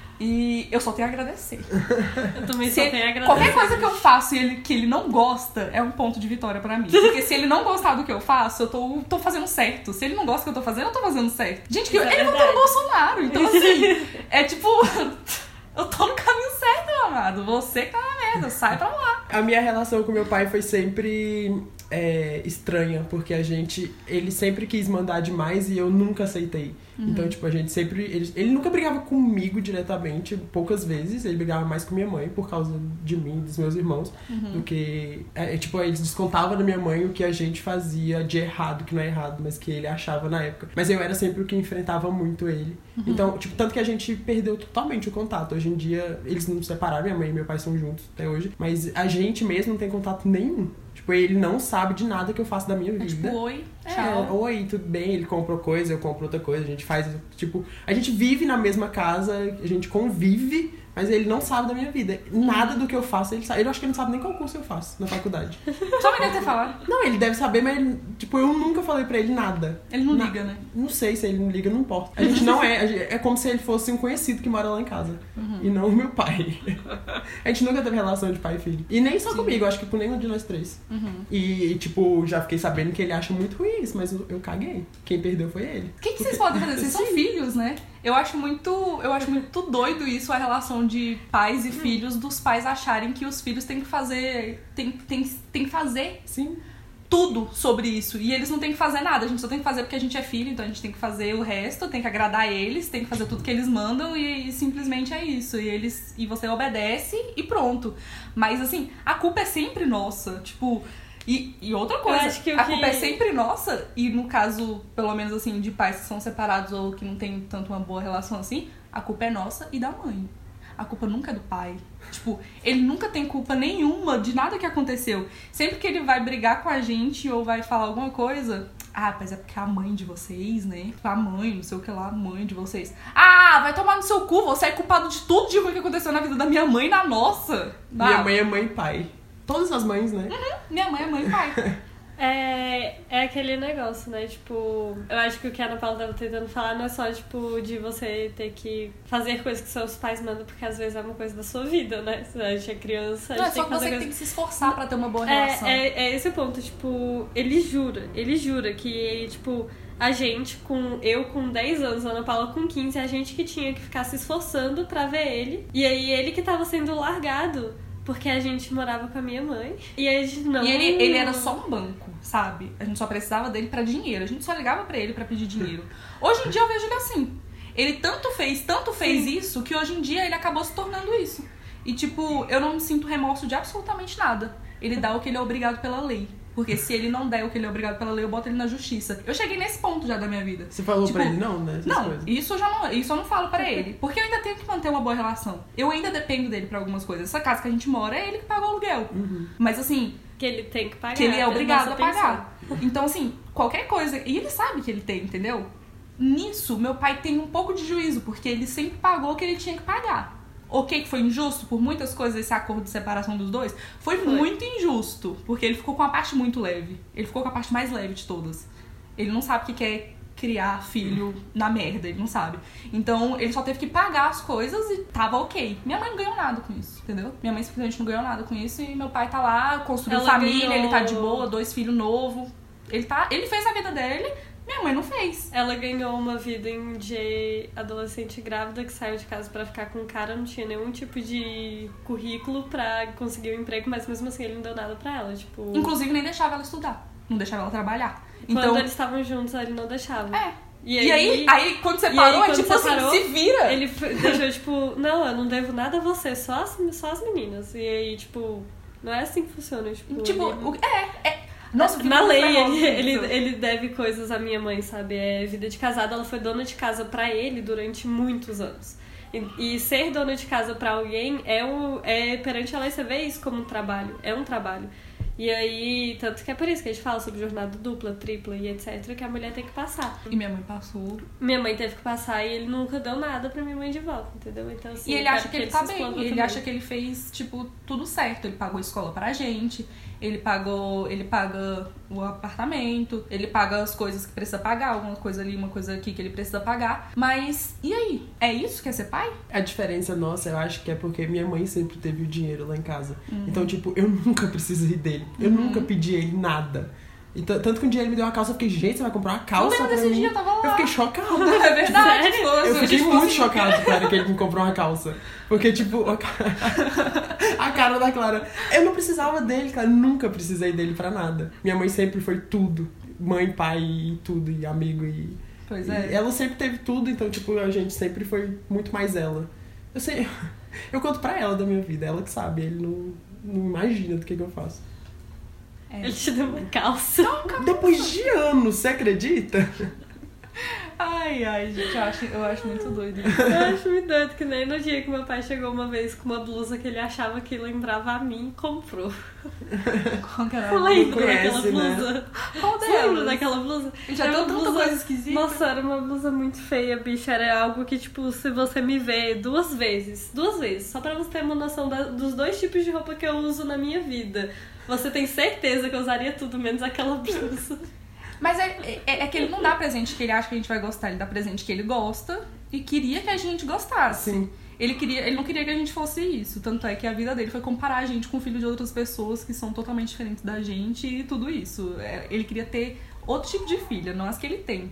E eu só tenho a agradecer. Eu também se só tenho a agradecer. Qualquer coisa que eu faço e ele, que ele não gosta é um ponto de vitória pra mim. Porque se ele não gostar do que eu faço, eu tô, tô fazendo certo. Se ele não gosta do que eu tô fazendo, eu tô fazendo certo. Gente, que eu, ele votou no Bolsonaro. Então, assim, é tipo... Eu tô no caminho certo, meu amado. Você que tá na merda, sai pra lá. A minha relação com meu pai foi sempre é, estranha, porque a gente... Ele sempre quis mandar demais e eu nunca aceitei. Uhum. Então, tipo, a gente sempre... Ele, ele nunca brigava comigo diretamente, poucas vezes. Ele brigava mais com minha mãe, por causa de mim, dos meus irmãos. Uhum. Do que... É, tipo, eles descontavam da minha mãe o que a gente fazia de errado, que não é errado, mas que ele achava na época. Mas eu era sempre o que enfrentava muito ele. Uhum. Então, tipo, tanto que a gente perdeu totalmente o contato. Hoje em dia, eles não se separaram, minha mãe e meu pai são juntos até hoje. Mas a gente mesmo não tem contato nenhum. Tipo, ele não sabe de nada que eu faço da minha vida. É tipo, oi, é, tchau. Oi, tudo bem, ele comprou coisa, eu compro outra coisa, a gente faz, tipo... A gente vive na mesma casa, a gente convive, mas ele não sabe da minha vida. Nada do que eu faço, ele sabe. Ele acho que ele não sabe nem qual curso eu faço na faculdade. Só me deve ter falado. Não, ele deve saber, mas, ele, tipo, eu nunca falei pra ele nada. Ele não Na... liga, né? Não sei se ele não liga, não importa. A gente não é... A gente, é como se ele fosse um conhecido que mora lá em casa. Uhum. E não o meu pai. A gente nunca teve relação de pai e filho. E nem só Sim. comigo, acho que por nenhum de nós três. Uhum. E, tipo, já fiquei sabendo que ele acha muito ruim isso, mas eu, eu caguei. Quem perdeu foi ele. O que, que vocês podem fazer? Vocês são filhos, né? Eu acho muito, eu acho muito doido isso, a relação de pais e filhos, dos pais acharem que os filhos têm que fazer, tem, tem, tem que fazer Sim. tudo sobre isso. E eles não têm que fazer nada, a gente só tem que fazer porque a gente é filho, então a gente tem que fazer o resto, tem que agradar eles, tem que fazer tudo que eles mandam e, e simplesmente é isso. E, eles, e você obedece e pronto. Mas assim, a culpa é sempre nossa, tipo... E, e outra coisa, acho que a que... culpa é sempre nossa, e no caso, pelo menos assim, de pais que são separados ou que não tem tanto uma boa relação assim, a culpa é nossa e da mãe. A culpa nunca é do pai. Tipo, ele nunca tem culpa nenhuma de nada que aconteceu. Sempre que ele vai brigar com a gente ou vai falar alguma coisa... Ah, mas é porque é a mãe de vocês, né? A mãe, não sei o que lá, a mãe de vocês. Ah, vai tomar no seu cu, você é culpado de tudo de ruim que aconteceu na vida da minha mãe e na nossa. Minha ah. mãe é mãe e pai. Todas as mães, né? Uhum. Minha mãe é mãe e pai. É, é aquele negócio, né? Tipo, eu acho que o que a Ana Paula tava tentando falar não é só, tipo, de você ter que fazer coisas que seus pais mandam, porque às vezes é uma coisa da sua vida, né? Se a gente é criança, a gente não, é tem só que fazer você coisa... tem que se esforçar pra ter uma boa relação. É, é, é esse o ponto, tipo, ele jura, ele jura que, tipo... A gente, com eu com dez anos, a Ana Paula com quinze, a gente que tinha que ficar se esforçando pra ver ele. E aí ele que tava sendo largado, porque a gente morava com a minha mãe. E a gente não... E ele, ele era só um banco, sabe? A gente só precisava dele pra dinheiro. A gente só ligava pra ele pra pedir dinheiro. Hoje em dia eu vejo ele assim. Ele tanto fez, tanto fez Sim. isso, que hoje em dia ele acabou se tornando isso. E tipo, eu não me sinto remorso de absolutamente nada. Ele dá o que ele é obrigado pela lei. Porque se ele não der o que ele é obrigado pela lei, eu boto ele na justiça. Eu cheguei nesse ponto já da minha vida. Você falou tipo, pra ele não, né? Essas não, coisas. isso eu já não, isso eu não falo pra ele. Porque eu ainda tenho que manter uma boa relação. Eu ainda dependo dele pra algumas coisas. Essa casa que a gente mora, é ele que paga o aluguel. Uhum. Mas assim... Que ele tem que pagar. Que ele é obrigado a pagar. Então assim, qualquer coisa... E ele sabe que ele tem, entendeu? Nisso, meu pai tem um pouco de juízo. Porque ele sempre pagou o que ele tinha que pagar. Ok, que foi injusto por muitas coisas esse acordo de separação dos dois. Foi, foi muito injusto, porque ele ficou com a parte muito leve. Ele ficou com a parte mais leve de todas. Ele não sabe o que é criar filho na merda, ele não sabe. Então, ele só teve que pagar as coisas e tava ok. Minha mãe não ganhou nada com isso, entendeu? Minha mãe simplesmente não ganhou nada com isso e meu pai tá lá, construiu Ela família, ganhou... ele tá de boa, dois filhos novos. Ele, tá, ele fez a vida dele... Minha mãe não fez. Ela ganhou uma vida de adolescente grávida que saiu de casa pra ficar com um cara, não tinha nenhum tipo de currículo pra conseguir um emprego, mas mesmo assim ele não deu nada pra ela, tipo... Inclusive nem deixava ela estudar, não deixava ela trabalhar. Quando então... eles estavam juntos, ele não deixava. É. E aí, e aí, aí quando separou, é tipo separou, assim, se vira. Ele deixou, tipo, não, eu não devo nada a você, só as, só as meninas. E aí, tipo, não é assim que funciona, tipo... Tipo, ele... é, é... Nossa, Na lei, ele, ele, ele, ele deve coisas à minha mãe, sabe? É vida de casada, ela foi dona de casa pra ele durante muitos anos. E, e ser dona de casa pra alguém é, o, é perante a lei, você vê isso como um trabalho. É um trabalho. E aí, tanto que é por isso que a gente fala sobre jornada dupla, tripla e etcétera, que a mulher tem que passar. E minha mãe passou. Minha mãe teve que passar e ele nunca deu nada pra minha mãe de volta, entendeu? Então, assim, E ele acha que ele, ele tá se bem, exploda ele também. acha que ele fez, tipo, tudo certo. Ele pagou escola pra gente, ele pagou, ele paga o apartamento, ele paga as coisas que precisa pagar, alguma coisa ali, uma coisa aqui que ele precisa pagar. Mas, e aí? É isso que é ser pai? A diferença nossa, eu acho que é porque minha mãe sempre teve o dinheiro lá em casa. Uhum. Então, tipo, eu nunca precisei dele. Eu uhum. nunca pedi a ele nada. E t- tanto que um dia ele me deu uma calça, eu fiquei, gente, você vai comprar uma calça não pra desse mim? dia, eu tava lá. Eu fiquei chocada. É verdade. Sério? Eu fiquei tipo, muito assim... chocada, cara, que ele me comprou uma calça. Porque, tipo, a cara, a cara da Clara, eu não precisava dele, cara, nunca precisei dele pra nada. Minha mãe sempre foi tudo. Mãe, pai e tudo, e amigo e... Pois é. E ela sempre teve tudo, então, tipo, a gente sempre foi muito mais ela. Eu sei, eu conto pra ela da minha vida, ela que sabe, ele não, não imagina do que, que eu faço. É. Ele te deu uma calça. Não, depois de anos, você acredita? Ai, ai, gente, eu acho, eu acho muito doido. Eu acho muito doido, que nem no dia que meu pai chegou uma vez com uma blusa que ele achava que lembrava a mim e comprou. Qual que era? Eu lembro conhece, daquela blusa. Né? Qual Você delas? lembra daquela blusa? Já Era deu uma tanta blusa- coisa esquisita. Nossa, era uma blusa muito feia, bicho. Era algo que, tipo, se você me vê duas vezes, duas vezes, só pra você ter uma noção da, dos dois tipos de roupa que eu uso na minha vida, você tem certeza que eu usaria tudo menos aquela blusa. Mas é, é, é que ele não dá presente que ele acha que a gente vai gostar, ele dá presente que ele gosta e queria que a gente gostasse. Sim. Ele, queria, ele não queria que a gente fosse isso. Tanto é que a vida dele foi comparar a gente com o filho de outras pessoas que são totalmente diferentes da gente e tudo isso. É, ele queria ter outro tipo de filha, não as que ele tem.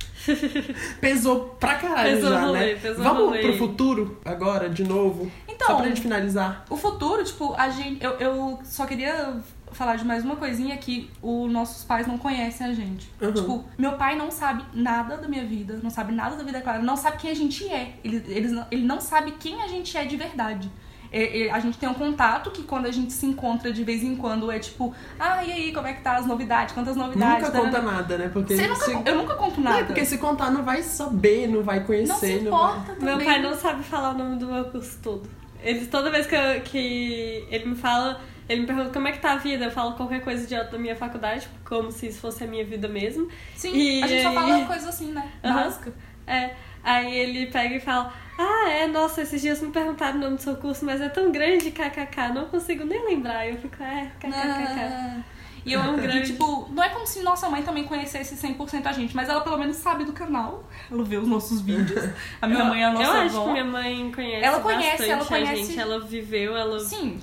Pesou pra caralho Pesou já, rolê, né? pesou Vamos rolê. pro futuro agora, de novo? Então, só pra gente finalizar. O futuro, tipo, a gente. Eu, eu só queria falar de mais uma coisinha que os nossos pais não conhecem a gente. Uhum. Tipo, meu pai não sabe nada da minha vida, não sabe nada da vida Clara, não sabe quem a gente é. Ele, eles, não- ele não sabe quem a gente é de verdade. É, é, a gente tem um contato que quando a gente se encontra de vez em quando é tipo, ah, e aí, como é que tá as novidades? Quantas novidades? Nunca conta nada, né? Porque Você nunca, se... Eu nunca conto Não, nada. é porque se contar não vai saber, não vai conhecer. não se não importa também. Meu pai não sabe falar o nome do meu curso todo. Ele, toda vez que, eu- que ele me fala, ele me pergunta como é que tá a vida, eu falo qualquer coisa idiota da minha faculdade, como se isso fosse a minha vida mesmo. Sim, E a gente só aí- fala coisa assim, né? Aham. Básica. É, aí ele pega e fala, ah, é, nossa, esses dias me perguntaram o nome do seu curso, mas é tão grande, kkk, não consigo nem lembrar. Eu fico, é, kkkk. Ah. E eu, Tão e, grande. tipo, não é como se nossa mãe também conhecesse cem por cento a gente, mas ela pelo menos sabe do canal. Ela vê os nossos vídeos. A minha eu, mãe é a nossa Eu acho avó. que minha mãe conhece Ela conhece, bastante ela a conhece- gente. Ela viveu, ela... Sim.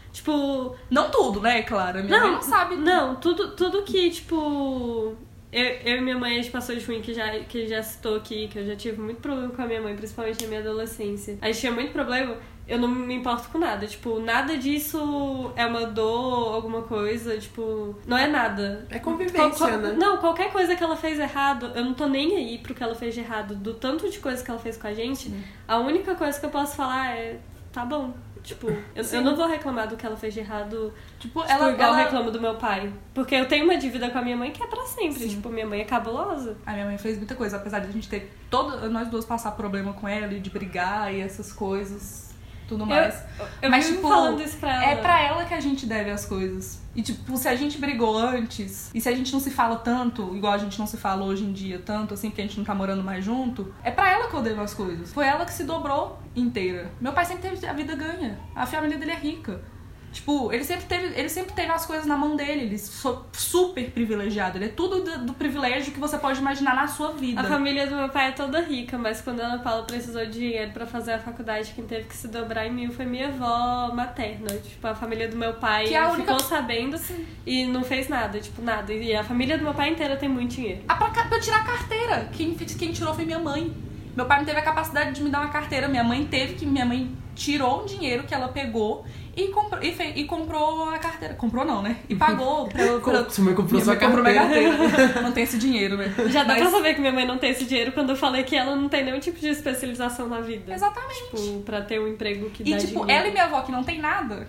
Tipo, Não tudo, né, Clara? Minha mãe não sabe. Não, tudo, tudo que, tipo. Eu, eu e minha mãe, a gente passou de ruim, que já, que já citou aqui, que eu já tive muito problema com a minha mãe, principalmente na minha adolescência. A gente tinha muito problema, eu não me importo com nada. Tipo, nada disso é uma dor, alguma coisa, tipo. Não é nada. É convivência, Qual- qual- né? Não, qualquer coisa que ela fez errado, eu não tô nem aí pro que ela fez de errado. Do tanto de coisa que ela fez com a gente, a única coisa que eu posso falar é. Tá bom. Tipo, eu, eu não vou reclamar do que ela fez de errado. Tipo, Tipo, ela, igual eu ela... reclamo do meu pai. Porque eu tenho uma dívida com a minha mãe que é pra sempre. Sim. Tipo, minha mãe é cabulosa. A minha mãe fez muita coisa, apesar de a gente ter todo, nós duas passar problema com ela e de brigar e essas coisas, tudo mais. Eu Mas, vivo tipo, falando isso pra ela. É pra ela que a gente deve as coisas. E, tipo, se a gente brigou antes, e se a gente não se fala tanto, igual a gente não se fala hoje em dia tanto, assim, porque a gente não tá morando mais junto, é pra ela que eu devo as coisas. Foi ela que se dobrou inteira. Meu pai sempre teve a vida ganha. A família dele é rica. Tipo, ele sempre teve, ele sempre teve as coisas na mão dele. Ele foi super privilegiado. Ele é tudo do, do privilégio que você pode imaginar na sua vida. A família do meu pai é toda rica, mas quando a Ana Paula precisou de dinheiro pra fazer a faculdade, quem teve que se dobrar em mil foi minha avó materna. Tipo, a família do meu pai Que é a ficou única- sabendo e não fez nada, tipo, nada. E a família do meu pai inteira tem muito dinheiro. Ah, pra, ca- pra eu tirar a carteira. Quem, quem tirou foi minha mãe. Meu pai não teve a capacidade de me dar uma carteira. Minha mãe teve que... Minha mãe tirou um dinheiro que ela pegou e comprou, e fe, e comprou a carteira. Comprou não, né? E pagou pra eu... Pra, Sua mãe comprou minha sua mãe comprou minha carteira. carteira. Não tem esse dinheiro, né? Já dá Mas- pra saber que minha mãe não tem esse dinheiro quando eu falei que ela não tem nenhum tipo de especialização na vida. Exatamente. Tipo, pra ter um emprego que E, dá tipo, dinheiro. ela e minha avó, que não tem nada,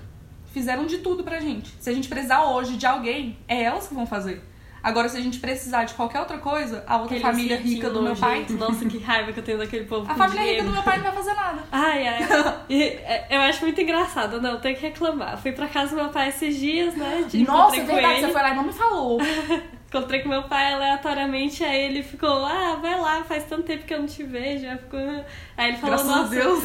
fizeram de tudo pra gente. Se a gente precisar hoje de alguém, é elas que vão fazer. Agora, se a gente precisar de qualquer outra coisa, a outra Aquele família rica do meu pai... Nossa, que raiva que eu tenho daquele povo A com família dinheiro. rica do meu pai não vai fazer nada. Ai, ai. E, é, eu acho muito engraçado. Não, tenho que reclamar. Fui pra casa do meu pai esses dias, né? De, Nossa, é com verdade, ele. você foi lá e não me falou. Encontrei com meu pai aleatoriamente, aí ele ficou, ah, vai lá, faz tanto tempo que eu não te vejo. Aí, ficou... aí ele falou, Graças nossa... a Deus.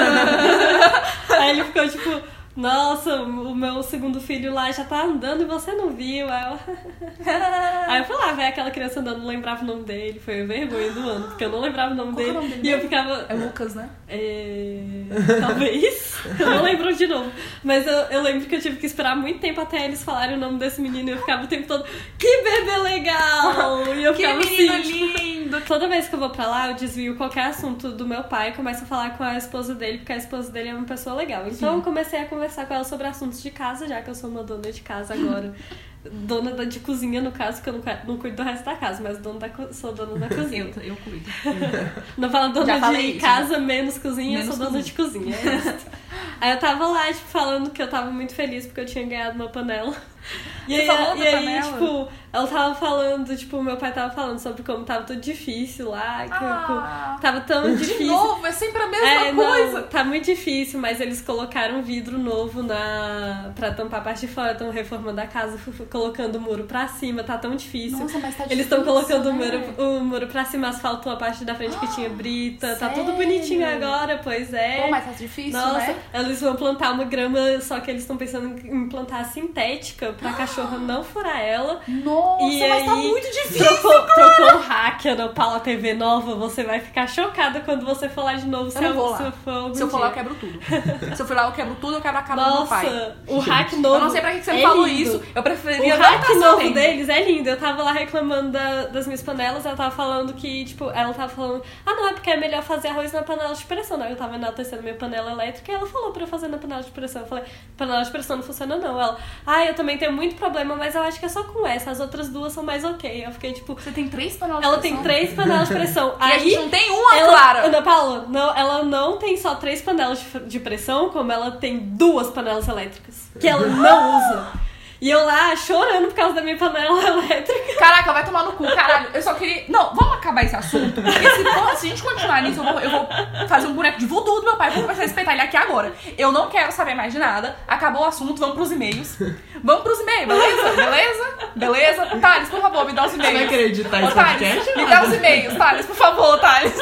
Aí ele ficou tipo, nossa, o meu segundo filho lá já tá andando e você não viu. Aí eu, aí eu fui lá ver aquela criança andando, não lembrava o nome dele. Foi a vergonha do ano, porque eu não lembrava o nome, Qual dele, é o nome dele e eu mesmo? ficava... É Lucas, né? É... Talvez. Eu não lembro de novo. Mas eu, eu lembro que eu tive que esperar muito tempo até eles falarem o nome desse menino. E eu ficava o tempo todo, que bebê legal! E eu Que ficava menino assim, tipo, lindo! toda vez que eu vou pra lá, eu desvio qualquer assunto do meu pai e começo a falar com a esposa dele, porque a esposa dele é uma pessoa legal. Então Sim. eu comecei a conversar com ela sobre assuntos de casa, já que eu sou uma dona de casa agora. Dona da- de cozinha, no caso, que eu não, ca- não cuido do resto da casa, mas dona da, co- sou dona da cozinha. Eu, eu cuido. Não fala dona Já de falei isso, casa, menos cozinha, Menos eu sou dona cozinha. de cozinha. É isso. Aí eu tava lá, tipo, falando que eu tava muito feliz porque eu tinha ganhado uma panela. E Você aí, falou e da aí panela? tipo, ela tava falando, tipo, meu pai tava falando sobre como tava tudo difícil lá, que Ah, eu- tava tão de difícil. novo, é sempre a mesma É, coisa. não, tá muito difícil, mas eles colocaram um vidro novo na pra tampar a parte de fora, estão reformando a casa, fu- fu- colocando o muro pra cima, tá tão difícil. Nossa, mas tá Eles estão difícil, colocando o né? muro, o muro pra cima, asfaltou a parte da frente que tinha brita, tá tudo Sério? bonitinho agora, pois é. Pô, mas tá difícil, Nossa, né? eles vão plantar uma grama, só que eles estão pensando em plantar sintética pra cachorro não furar ela. Nossa, E mas tá aí, muito difícil. Trocou, trocou o hacker no Paula T V nova, você vai ficar chocada quando você for lá de novo. Eu não vou lá. Se eu for, algum Se eu for lá, eu dia. quebro tudo. Se eu for lá, eu quebro tudo, eu quebro a cara do meu pai. Nossa, o hack novo. Eu não sei pra que que você me é falou lindo. isso. Eu O preferia não hack estar novo sabendo. deles é lindo. Eu tava lá reclamando da- das minhas panelas, ela tava falando que, tipo, ela tava falando, ah, não, é porque é melhor fazer arroz na panela de pressão, né? Eu tava enaltecendo minha panela elétrica e ela falou pra eu fazer na panela de pressão. Eu falei, panela de pressão não funciona não. Ela, ah, eu também tenho muito problema, mas eu acho que é só com essa, as outras duas são mais ok. Eu fiquei, tipo, Você tem três panelas ela de tem pressão? três panelas de pressão. E a Aí, gente não tem uma, ela, Clara. Ana Paula, não, ela não tem só três panelas de, de pressão, como ela tem duas panelas elétricas, que ela não usa. E eu lá chorando por causa da minha panela elétrica. Caraca, vai tomar no cu, caralho. Eu só queria... Não, vamos acabar esse assunto. Porque se, for- se a gente continuar nisso, eu vou, eu vou fazer um boneco de voodoo do meu pai. Vou começar a respeitar ele aqui agora. Eu não quero saber mais de nada. Acabou o assunto, vamos pros e-mails. Vamos pros e-mails, beleza? Beleza? Beleza? Thales, por favor, me dá os Você vai e-mails. querer editar Ô, esse Thales, podcast? me dá os e-mails, Thales, por favor, Thales.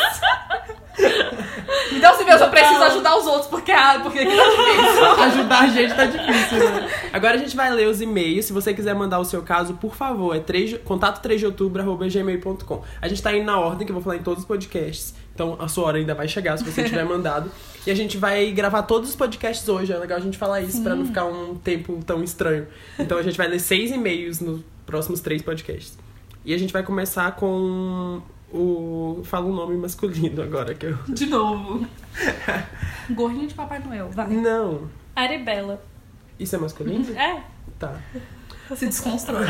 Me dá os e-mails, eu preciso ajudar os outros, porque, ah, porque aqui tá difícil. Ajudar a gente tá difícil, né? Agora a gente vai ler os e-mails. Se você quiser mandar o seu caso, por favor, é três de- contato três de outubro arroba gmail ponto com. A gente tá indo na ordem que eu vou falar em todos os podcasts. Então a sua hora ainda vai chegar se você tiver mandado. E a gente vai gravar todos os podcasts hoje. É legal a gente falar isso pra não ficar um tempo tão estranho. Então a gente vai ler seis e-mails nos próximos três podcasts. E a gente vai começar com o... Fala um nome masculino agora que eu... De novo. Gorrinho de Papai Noel, vai. Não. Aribela. Isso é masculino? É. Tá. Se desconstrói.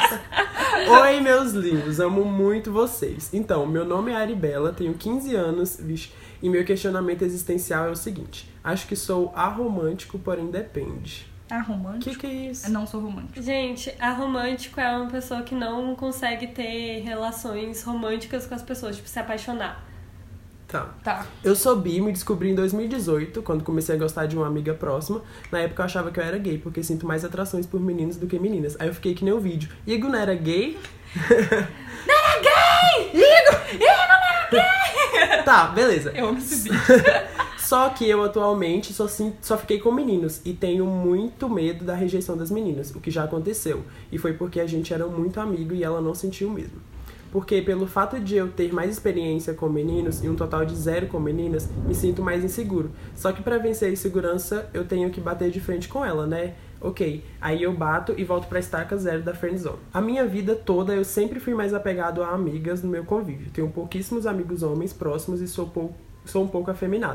Oi, meus lindos, amo muito vocês. Então, meu nome é Aribela, tenho quinze anos, vixe, e meu questionamento existencial é o seguinte: acho que sou aromântico, porém depende. Ah, O romântico? que que é isso? Eu não sou romântico. Gente, a romântico é uma pessoa que não consegue ter relações românticas com as pessoas, tipo, se apaixonar. Tá. Tá. Eu sou bi, me descobri em dois mil e dezoito, quando comecei a gostar de uma amiga próxima. Na época eu achava que eu era gay, porque sinto mais atrações por meninos do que meninas. Aí eu fiquei que nem o vídeo. Igor não era gay? Não era gay! Igor! Igor não era gay! Tá, beleza. Eu amo esse vídeo. Só que eu atualmente só, sim, só fiquei com meninos e tenho muito medo da rejeição das meninas, o que já aconteceu. E foi porque a gente era muito amigo e ela não sentiu o mesmo. Porque pelo fato de eu ter mais experiência com meninos e um total de zero com meninas, me sinto mais inseguro. Só que pra vencer a insegurança, eu tenho que bater de frente com ela, né? Ok, aí eu bato e volto pra estaca zero da friendzone. A minha vida toda eu sempre fui mais apegado a amigas no meu convívio. Tenho pouquíssimos amigos homens próximos e sou, pou... sou um pouco afeminado.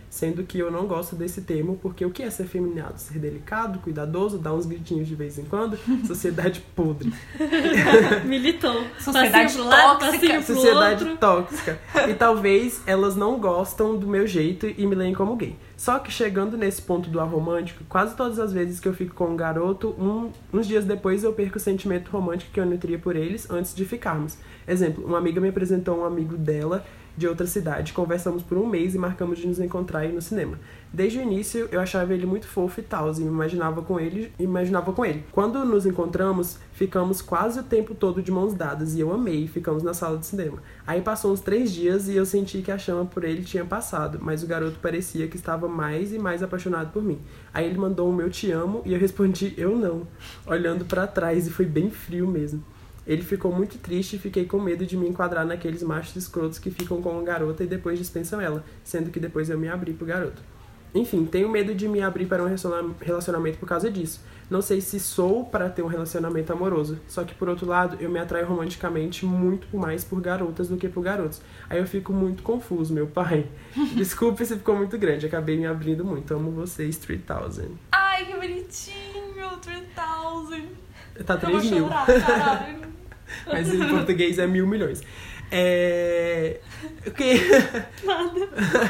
sendo que eu não gosto desse termo, porque o que é ser feminado? Ser delicado, cuidadoso, dar uns gritinhos de vez em quando? Sociedade podre. Militou. Sociedade Passinho pro lado, tóxica. passinho pro Sociedade outro. tóxica. E talvez elas não gostam do meu jeito e me leem como gay. Só que chegando nesse ponto do aromântico, quase todas as vezes que eu fico com um garoto, um, uns dias depois eu perco o sentimento romântico que eu nutria por eles antes de ficarmos. Exemplo, uma amiga me apresentou um amigo dela de outra cidade. Conversamos por um mês e marcamos de nos encontrar e ir no cinema. Desde o início, eu achava ele muito fofo e tal, e me imaginava com ele, imaginava com ele. Quando nos encontramos, ficamos quase o tempo todo de mãos dadas, e eu amei, ficamos na sala de cinema. Aí passou uns três dias e eu senti que a chama por ele tinha passado, mas o garoto parecia que estava mais e mais apaixonado por mim. Aí ele mandou um "eu te amo" e eu respondi "eu não", olhando pra trás, e foi bem frio mesmo. Ele ficou muito triste e fiquei com medo de me enquadrar naqueles machos escrotos que ficam com uma garota e depois dispensam ela, sendo que depois eu me abri pro garoto. Enfim, tenho medo de me abrir para um relacionamento por causa disso. Não sei se sou para ter um relacionamento amoroso, só que por outro lado, eu me atraio romanticamente muito mais por garotas do que por garotos. Aí eu fico muito confuso, meu pai. Desculpe se ficou muito grande, acabei me abrindo muito. Amo vocês, três mil. Ai, que bonitinho, três mil. Tá Eu vou três mil. chorar, caralho. Mas em português é mil milhões. É... O que... Nada.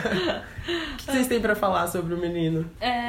O que vocês têm pra falar sobre o menino?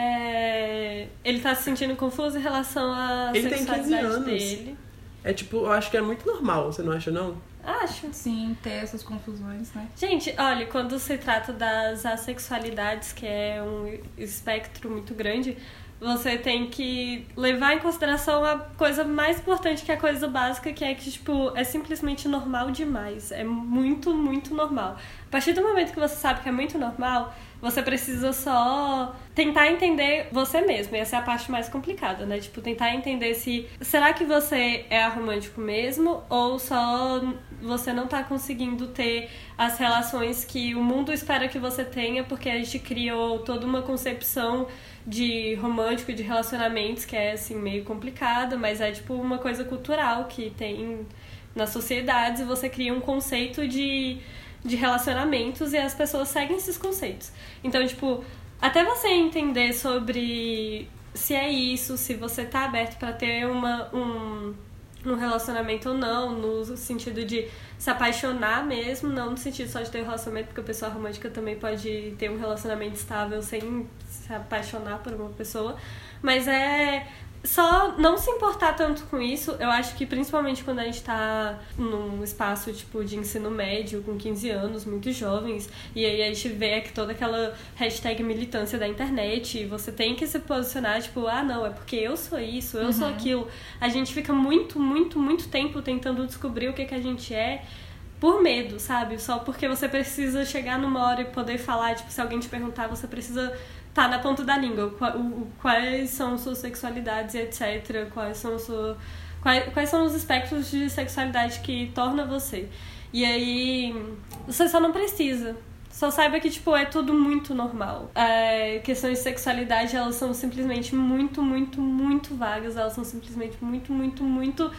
É... Ele tá se sentindo confuso em relação à Ele tem sexualidade quinze anos. dele. É tipo, eu acho que é muito normal, você não acha, não? Acho. Sim, ter essas confusões, né? Gente, olha, quando se trata das assexualidades, que é um espectro muito grande, você tem que levar em consideração a coisa mais importante, que é a coisa básica, que é que, tipo, é simplesmente normal demais. É muito, muito normal. A partir do momento que você sabe que é muito normal, você precisa só tentar entender você mesmo. E essa é a parte mais complicada, né? Tipo, tentar entender se... Será que você é aromântico mesmo? Ou só você não tá conseguindo ter as relações que o mundo espera que você tenha, porque a gente criou toda uma concepção de romântico, de relacionamentos, que é, assim, meio complicada, mas é, tipo, uma coisa cultural que tem nas sociedades, e você cria um conceito de, de relacionamentos e as pessoas seguem esses conceitos. Então, tipo, até você entender sobre se é isso, se você tá aberto pra ter uma, um, um relacionamento ou não, no sentido de se apaixonar mesmo, não no sentido só de ter um relacionamento, porque a pessoa romântica também pode ter um relacionamento estável sem se apaixonar por uma pessoa, mas é só não se importar tanto com isso. Eu acho que principalmente quando a gente tá num espaço tipo de ensino médio, com quinze anos, muito jovens, e aí a gente vê que toda aquela hashtag militância da internet, e você tem que se posicionar, tipo, ah, não, é porque eu sou isso, eu uhum. sou aquilo. A gente fica muito, muito, muito tempo tentando descobrir o que, que a gente é, por medo, sabe? Só porque você precisa chegar numa hora e poder falar, tipo, se alguém te perguntar, você precisa tá na ponta da língua, quais são suas sexualidades e etcétera, quais são, sua, quais, quais são os espectros de sexualidade que torna você. E aí, você só não precisa. Só saiba que, tipo, é tudo muito normal. É, questões de sexualidade, elas são simplesmente muito, muito, muito vagas, elas são simplesmente muito, muito, muito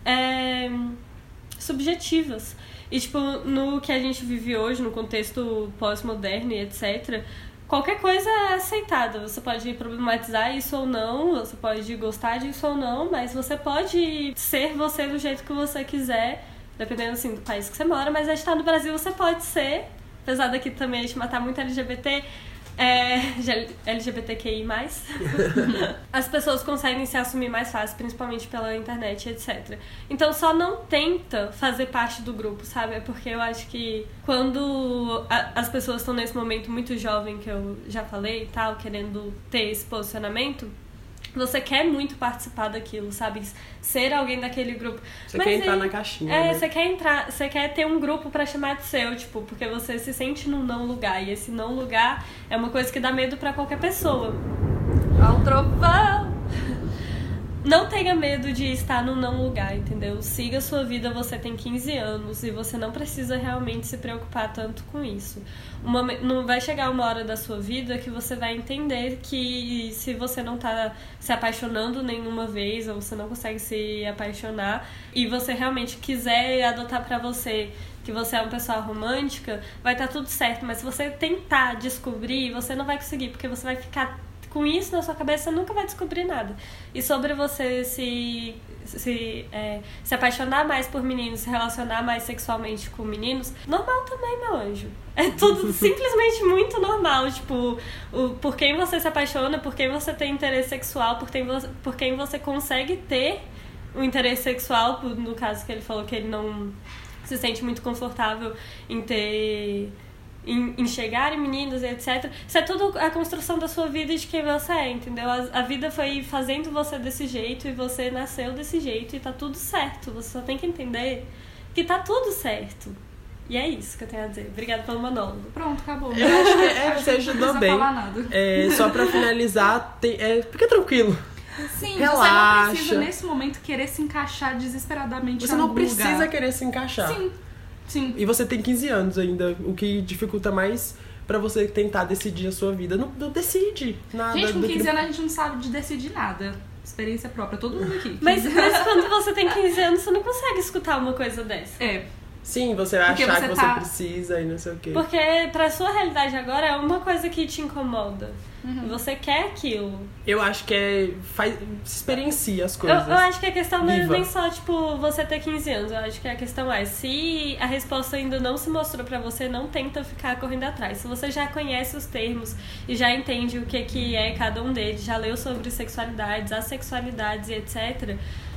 é, subjetivas. E, tipo, no que a gente vive hoje, no contexto pós-moderno e etcétera, qualquer coisa é aceitada. Você pode problematizar isso ou não, você pode gostar disso ou não, mas você pode ser você do jeito que você quiser, dependendo, assim, do país que você mora. Mas a gente tá no Brasil, você pode ser, apesar daqui também a gente matar muito L G B T, é, L G B T Q I mais, as pessoas conseguem se assumir mais fácil, principalmente pela internet, etcétera. Então só não tenta fazer parte do grupo, sabe? É porque eu acho que quando a, as pessoas estão nesse momento muito jovem, que eu já falei e tal, querendo ter esse posicionamento, você quer muito participar daquilo, sabe? Ser alguém daquele grupo. Você Mas quer entrar aí, na caixinha, É, né? você quer entrar, você quer ter um grupo pra chamar de seu, tipo, porque você se sente num não lugar. E esse não lugar é uma coisa que dá medo pra qualquer pessoa. Ao trovão! não tenha medo de estar no não lugar, entendeu? Siga a sua vida, você tem quinze anos e você não precisa realmente se preocupar tanto com isso. Uma, não vai chegar uma hora da sua vida que você vai entender que se você não tá se apaixonando nenhuma vez ou você não consegue se apaixonar e você realmente quiser adotar pra você que você é uma pessoa romântica, vai estar tudo certo. Mas se você tentar descobrir, você não vai conseguir, porque você vai ficar com isso na sua cabeça, você nunca vai descobrir nada. E sobre você se, se, é, se apaixonar mais por meninos, se relacionar mais sexualmente com meninos, normal também, meu anjo. É tudo simplesmente muito normal. Tipo, o, por quem você se apaixona, por quem você tem interesse sexual, por quem você, por quem você consegue ter um interesse sexual, no caso que ele falou que ele não se sente muito confortável em ter... Em, em chegar em meninos e etcétera. Isso é tudo a construção da sua vida e de quem você é, entendeu? A, a vida foi fazendo você desse jeito e você nasceu desse jeito e tá tudo certo. Você só tem que entender que tá tudo certo. E é isso que eu tenho a dizer. Obrigada pelo monólogo. Pronto, acabou. Eu acho que é, acho você que ajudou não bem. Falar nada. É, só pra finalizar, tem, é, fica tranquilo. Sim, Relaxa. você não precisa nesse momento querer se encaixar desesperadamente Você em não algum precisa lugar. querer se encaixar. Sim. Sim. E você tem quinze anos ainda, o que dificulta mais pra você tentar decidir a sua vida. Não, não decide nada. Gente, com do quinze que... anos a gente não sabe de decidir nada. Experiência própria, todo mundo aqui. Mas, mas quando você tem quinze anos, você não consegue escutar uma coisa dessa. É. Sim, você vai Porque achar você que tá- você precisa e não sei o quê. Porque pra sua realidade agora é uma coisa que te incomoda. Uhum. E você quer aquilo. Eu acho que é... Faz, experiencia as Eu, coisas. eu acho que a questão não é Viva. nem só, tipo, você ter quinze anos. Eu acho que a questão é, se a resposta ainda não se mostrou pra você, não tenta ficar correndo atrás. Se você já conhece os termos e já entende o que, que é cada um deles, já leu sobre sexualidades, assexualidades e etcétera,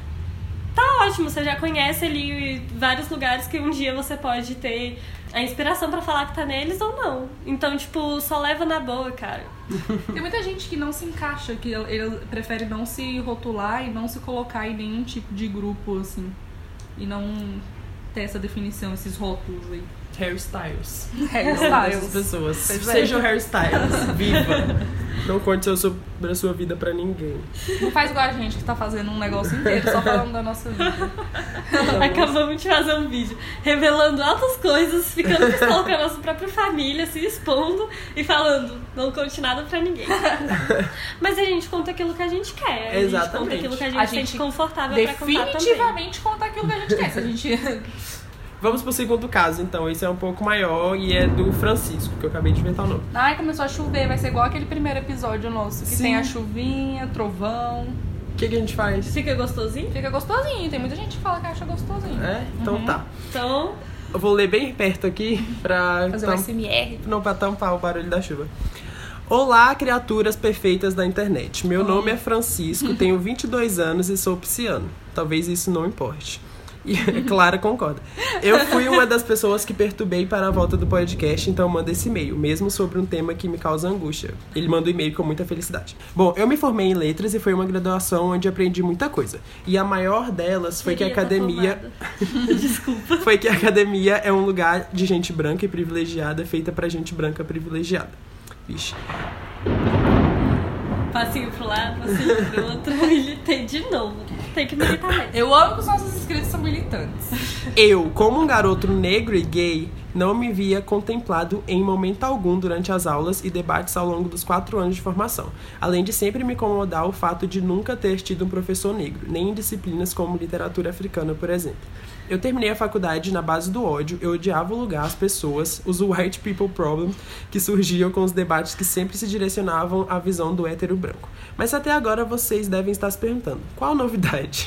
tá ótimo, você já conhece ali vários lugares que um dia você pode ter a inspiração pra falar que tá neles ou não. Então, tipo, só leva na boa, cara. Tem muita gente que não se encaixa, que ele prefere não se rotular e não se colocar em nenhum tipo de grupo, assim. E não ter essa definição, esses rótulos aí. Hairstyles. Hairstyles. Essas pessoas. Pois é. Sejam hairstyles. Viva. Não conte sobre a sua vida pra ninguém. Não faz igual a gente que tá fazendo um negócio inteiro só falando da nossa vida. Acabamos de fazer um vídeo revelando altas coisas, ficando pistola com a nossa própria família, se expondo e falando, não conte nada pra ninguém. Mas a gente conta aquilo que a gente quer. A gente Exatamente. conta aquilo que a gente, A se gente sente confortável pra contar também. Definitivamente contar aquilo que a gente quer. Se a gente... Vamos pro segundo caso, então. Esse é um pouco maior e é do Francisco, que eu acabei de inventar o nome. Ai, começou a chover, vai ser igual aquele primeiro episódio nosso, que Sim. tem a chuvinha, trovão. O que, que a gente faz? Fica gostosinho? Fica gostosinho, tem muita gente que fala que acha gostosinho. É? Então Uhum. tá. Então, Eu vou ler bem perto aqui pra... Fazer um tam- S M R. Não, pra tampar o barulho da chuva. Olá, criaturas perfeitas da internet. Meu nome é Francisco, tenho vinte e dois anos e sou pisciano. Talvez isso não importe. E Clara concorda. Eu fui uma das pessoas que perturbei para a volta do podcast, então manda esse e-mail, mesmo sobre um tema que me causa angústia. Ele manda o e-mail com muita felicidade. Bom, eu me formei em letras e foi uma graduação onde aprendi muita coisa. E a maior delas foi que a queria tá academia... formada. Desculpa. Foi que a academia é um lugar de gente branca e privilegiada, feita pra gente branca privilegiada. Vixe. Passinho pro lado, passinho pro outro, militei de novo. Tem que militar mesmo. Eu amo que os nossos inscritos são militantes. Eu, como um garoto negro e gay, não me via contemplado em momento algum durante as aulas e debates ao longo dos quatro anos de formação. Além de sempre me incomodar o fato de nunca ter tido um professor negro, nem em disciplinas como literatura africana, por exemplo. Eu terminei a faculdade na base do ódio, eu odiava o lugar, as pessoas, os white people problem que surgiam com os debates que sempre se direcionavam à visão do hétero branco. Mas até agora vocês devem estar se perguntando, qual a novidade?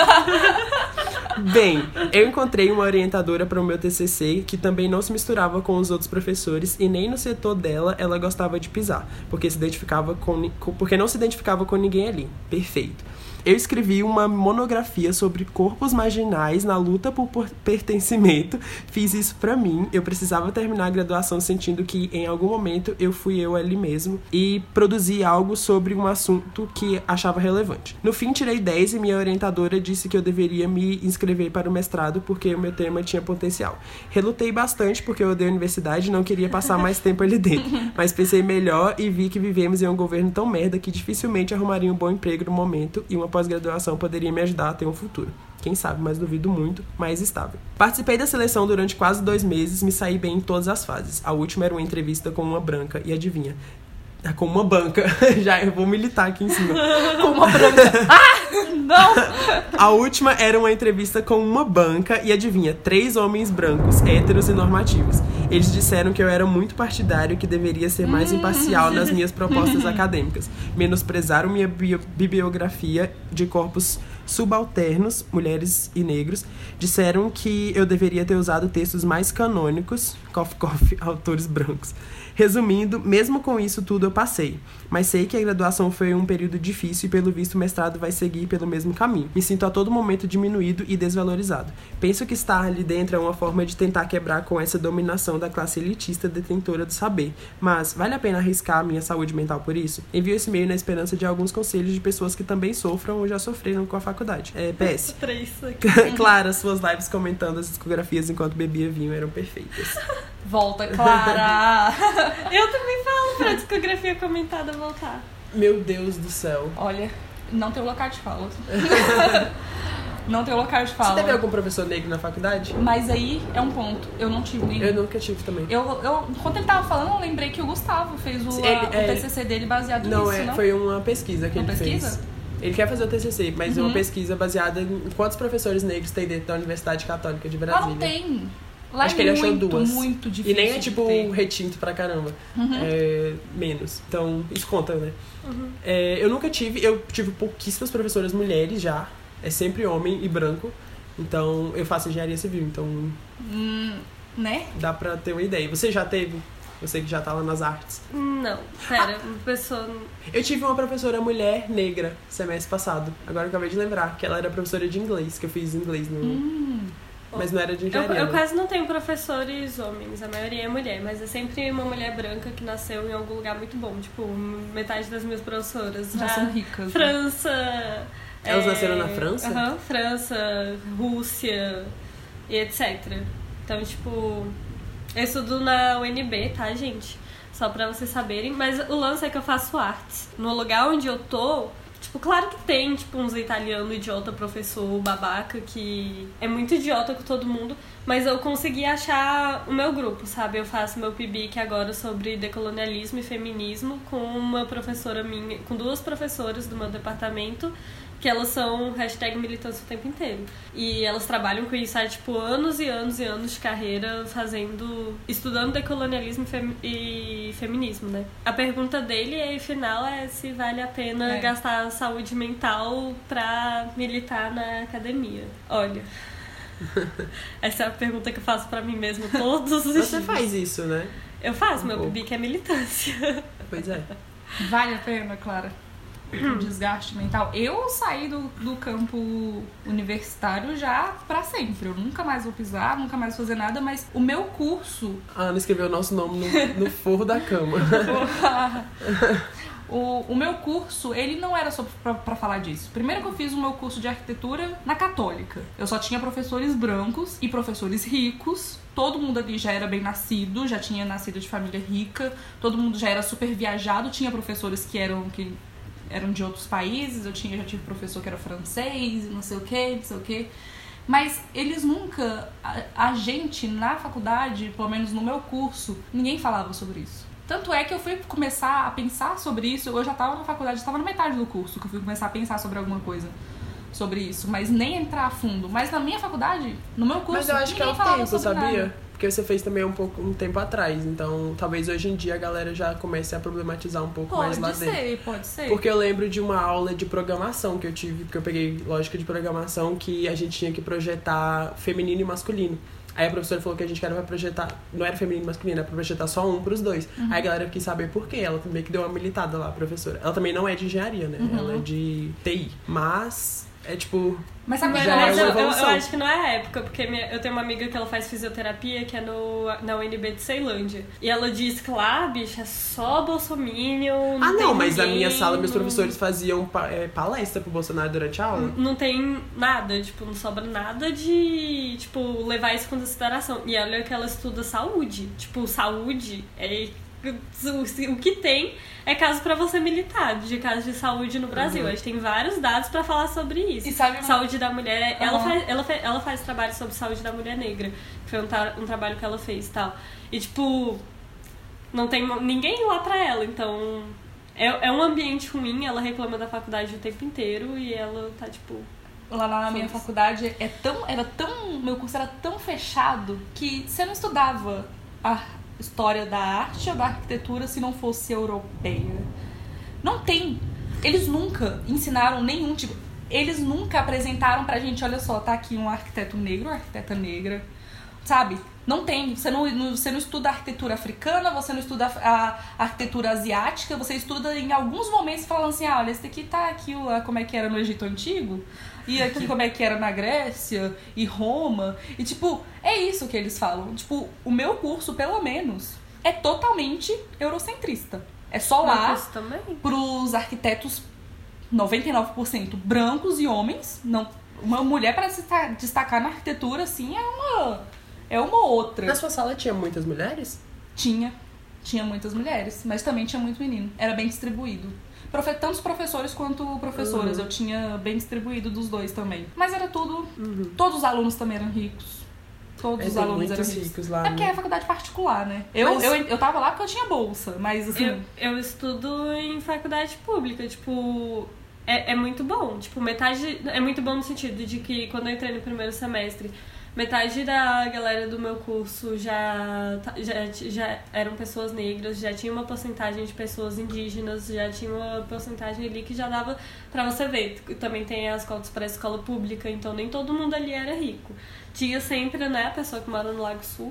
Bem, eu encontrei uma orientadora para o meu T C C que também não se misturava com os outros professores e nem no setor dela ela gostava de pisar, porque, se identificava com, porque não se identificava com ninguém ali. Perfeito. Eu escrevi uma monografia sobre corpos marginais na luta por pertencimento. Fiz isso pra mim. Eu precisava terminar a graduação sentindo que, em algum momento, eu fui eu ali mesmo. E produzi algo sobre um assunto que achava relevante. No fim, tirei dez e minha orientadora disse que eu deveria me inscrever para o mestrado porque o meu tema tinha potencial. Relutei bastante porque eu odeio a universidade e não queria passar mais tempo ali dentro. Mas pensei melhor e vi que vivemos em um governo tão merda que dificilmente arrumaria um bom emprego no momento e uma pós-graduação poderia me ajudar a ter um futuro. Quem sabe, mas duvido muito, mais estável. Participei da seleção durante quase dois meses, me saí bem em todas as fases. A última era uma entrevista com uma branca, e adivinha? Com uma banca. Já, eu vou militar aqui em cima. Com uma branca. Ah! Não! A última era uma entrevista com uma banca e adivinha, três homens brancos, héteros e normativos. Eles disseram que eu era muito partidário e que deveria ser mais imparcial nas minhas propostas acadêmicas. Menosprezaram minha bio- bibliografia de corpos subalternos, mulheres e negros. Disseram que eu deveria ter usado textos mais canônicos, cof, cof, autores brancos. Resumindo, mesmo com isso tudo eu passei. Mas sei que a graduação foi um período difícil e pelo visto o mestrado vai seguir pelo mesmo caminho. Me sinto a todo momento diminuído e desvalorizado. Penso que estar ali dentro é uma forma de tentar quebrar com essa dominação da classe elitista detentora do saber. Mas vale a pena arriscar a minha saúde mental por isso? Envio esse e-mail na esperança de alguns conselhos de pessoas que também sofram ou já sofreram com a faculdade. É, P S. Três Clara, suas lives comentando as discografias enquanto bebia vinho eram perfeitas. Volta, Clara! Eu também falo pra discografia comentada voltar. Meu Deus do céu. Olha, não tem local de fala. Não tem local de Você fala. teve algum professor negro na faculdade? Mas aí é um ponto. Eu não tive nenhum. Eu nunca tive também. Eu, eu, enquanto ele tava falando, eu lembrei que o Gustavo fez o, Ele- a- o é, T C C dele baseado Não, nisso, é, não? foi uma pesquisa que Uma ele pesquisa? fez. Ele quer fazer o T C C, mas é Uhum. uma pesquisa baseada em quantos professores negros tem dentro da Universidade Católica de Lá Brasília. não tem. Lá Acho é que ele achou muito, duas. muito E difícil. nem é de tipo ter. retinto pra caramba. Uhum. É menos. Então, isso conta, né? Uhum. É, eu nunca tive, eu tive pouquíssimas professoras mulheres já. É sempre homem e branco. Então, eu faço engenharia civil, então Hum, né? dá pra ter uma ideia. Você já teve? Você que já tá lá nas artes. Não, pera, uma pessoa. Eu tive uma professora mulher negra semestre passado. Agora eu acabei de lembrar que ela era professora de inglês, que eu fiz inglês no. Hum. Mas não era de Eu, engenharia. eu né? quase não tenho professores homens, a maioria é mulher, mas é sempre uma mulher branca que nasceu em algum lugar muito bom. Tipo, metade das minhas professoras Já na são ricas. né? França. Elas é, nasceram na França? Aham, França, Rússia e etcétera. Então, tipo, eu estudo na U N B, tá, gente? Só pra vocês saberem. Mas o lance é que eu faço artes. No lugar onde eu tô, tipo, claro que tem, tipo, uns italianos idiota, professor, babaca, que é muito idiota com todo mundo, mas eu consegui achar o meu grupo, sabe? Eu faço meu P B I C agora sobre decolonialismo e feminismo com uma professora minha, com duas professoras do meu departamento, que elas são hashtag militância o tempo inteiro. E elas trabalham com isso há, tipo, anos e anos e anos de carreira fazendo... estudando decolonialismo e, fem, e feminismo, né? A pergunta dele aí, final, é se vale a pena É. gastar saúde mental pra militar na academia. Olha... Essa é a pergunta que eu faço pra mim mesma todos os dias. Você faz isso, né? Eu faço, meu Um P B I C é militância. Pois é. Vale a pena, Clara? O desgaste mental. Eu saí do, do campo universitário já pra sempre. Eu nunca mais vou pisar, nunca mais vou fazer nada, mas o meu curso... A Ana escreveu o nosso nome no, no forro da cama. o, o meu curso, ele não era só pra, pra falar disso. Primeiro que eu fiz o meu curso de arquitetura na Católica. Eu só tinha professores brancos e professores ricos. Todo mundo ali já era bem nascido, já tinha nascido de família rica. Todo mundo já era super viajado. Tinha professores que eram... Que, eram de outros países, eu tinha, já tive professor que era francês, não sei o que, não sei o que. Mas eles nunca, a, a gente na faculdade, pelo menos no meu curso, ninguém falava sobre isso. Tanto é que eu fui começar a pensar sobre isso, eu já estava na faculdade, estava na metade do curso que eu fui começar a pensar sobre alguma coisa sobre isso, mas nem entrar a fundo. Mas na minha faculdade, no meu curso, Mas eu acho que é ninguém o falava tempo, sobre sabia? nada. Porque você fez também um pouco um tempo atrás, então talvez hoje em dia a galera já comece a problematizar um pouco mais lá Pode dentro. ser, pode ser. Porque eu lembro de uma aula de programação que eu tive, porque eu peguei lógica de programação, que a gente tinha que projetar feminino e masculino. Aí a professora falou que a gente era pra projetar, não era feminino e masculino, era pra projetar só um pros dois. Uhum. Aí a galera quis saber por quê. Ela também que deu uma militada lá, a professora. Ela também não é de engenharia, né? Uhum. Ela é de T I. Mas é tipo... Mas sabe Mas, Já mas é eu, uma eu, eu evolução. acho que não é a época, porque minha, eu tenho uma amiga que ela faz fisioterapia, que é no, na U N B de Ceilândia. E ela diz que lá, bicha, é só bolsominion. Ah, tem não, mas na ninguém, minha sala meus não- professores faziam pa- é, palestra pro Bolsonaro durante a aula. Não tem nada, tipo, não sobra nada de, tipo, levar isso em consideração. E olha que ela estuda saúde. Tipo, saúde é o, o que tem é caso pra você militar, de casos de saúde no Brasil. Uhum. A gente tem vários dados pra falar sobre isso. E sabe, saúde da mulher, uhum. ela, faz, ela, faz, ela faz trabalho sobre saúde da mulher negra, que foi um, tra- um trabalho que ela fez e tal. E, tipo, não tem ninguém lá pra ela, então é, é um ambiente ruim, ela reclama da faculdade o tempo inteiro e ela tá, tipo... Lá na minha faculdade é tão, era tão, meu curso era tão fechado que você não estudava a história da arte ou da arquitetura se não fosse europeia. Não tem. Eles nunca ensinaram nenhum tipo. Eles nunca apresentaram pra gente, olha só, tá aqui um arquiteto negro, uma arquiteta negra, sabe? Não tem. Você não, você não estuda a arquitetura africana, você não estuda a arquitetura asiática, você estuda em alguns momentos falando assim, ah, olha, esse daqui tá aqui como é que era no Egito Antigo, e aqui como é que era na Grécia e Roma. E, tipo, é isso que eles falam. Tipo, o meu curso, pelo menos, é totalmente eurocentrista. É só lá pros arquitetos noventa e nove por cento brancos e homens. Não, uma mulher para se destacar na arquitetura, assim, é uma... É uma outra. Na sua sala tinha muitas mulheres? Tinha. Tinha muitas mulheres, mas também tinha muito menino. Era bem distribuído. Profe- tanto os professores quanto professoras. Uhum. Eu tinha bem distribuído dos dois também. Mas era tudo... Uhum. Todos os alunos também eram ricos. Todos é, os alunos eram ricos. ricos lá, é porque né? é faculdade particular, né? Eu, mas... eu, eu tava lá porque eu tinha bolsa, mas assim... Eu, eu estudo em faculdade pública, tipo... É, é muito bom. Tipo, metade... É muito bom no sentido de que quando eu entrei no primeiro semestre... Metade da galera do meu curso já, já, já eram pessoas negras, já tinha uma porcentagem de pessoas indígenas, já tinha uma porcentagem ali que já dava pra você ver. Também tem as cotas para a escola pública, então nem todo mundo ali era rico. Tinha sempre, né, a pessoa que mora no Lago Sul.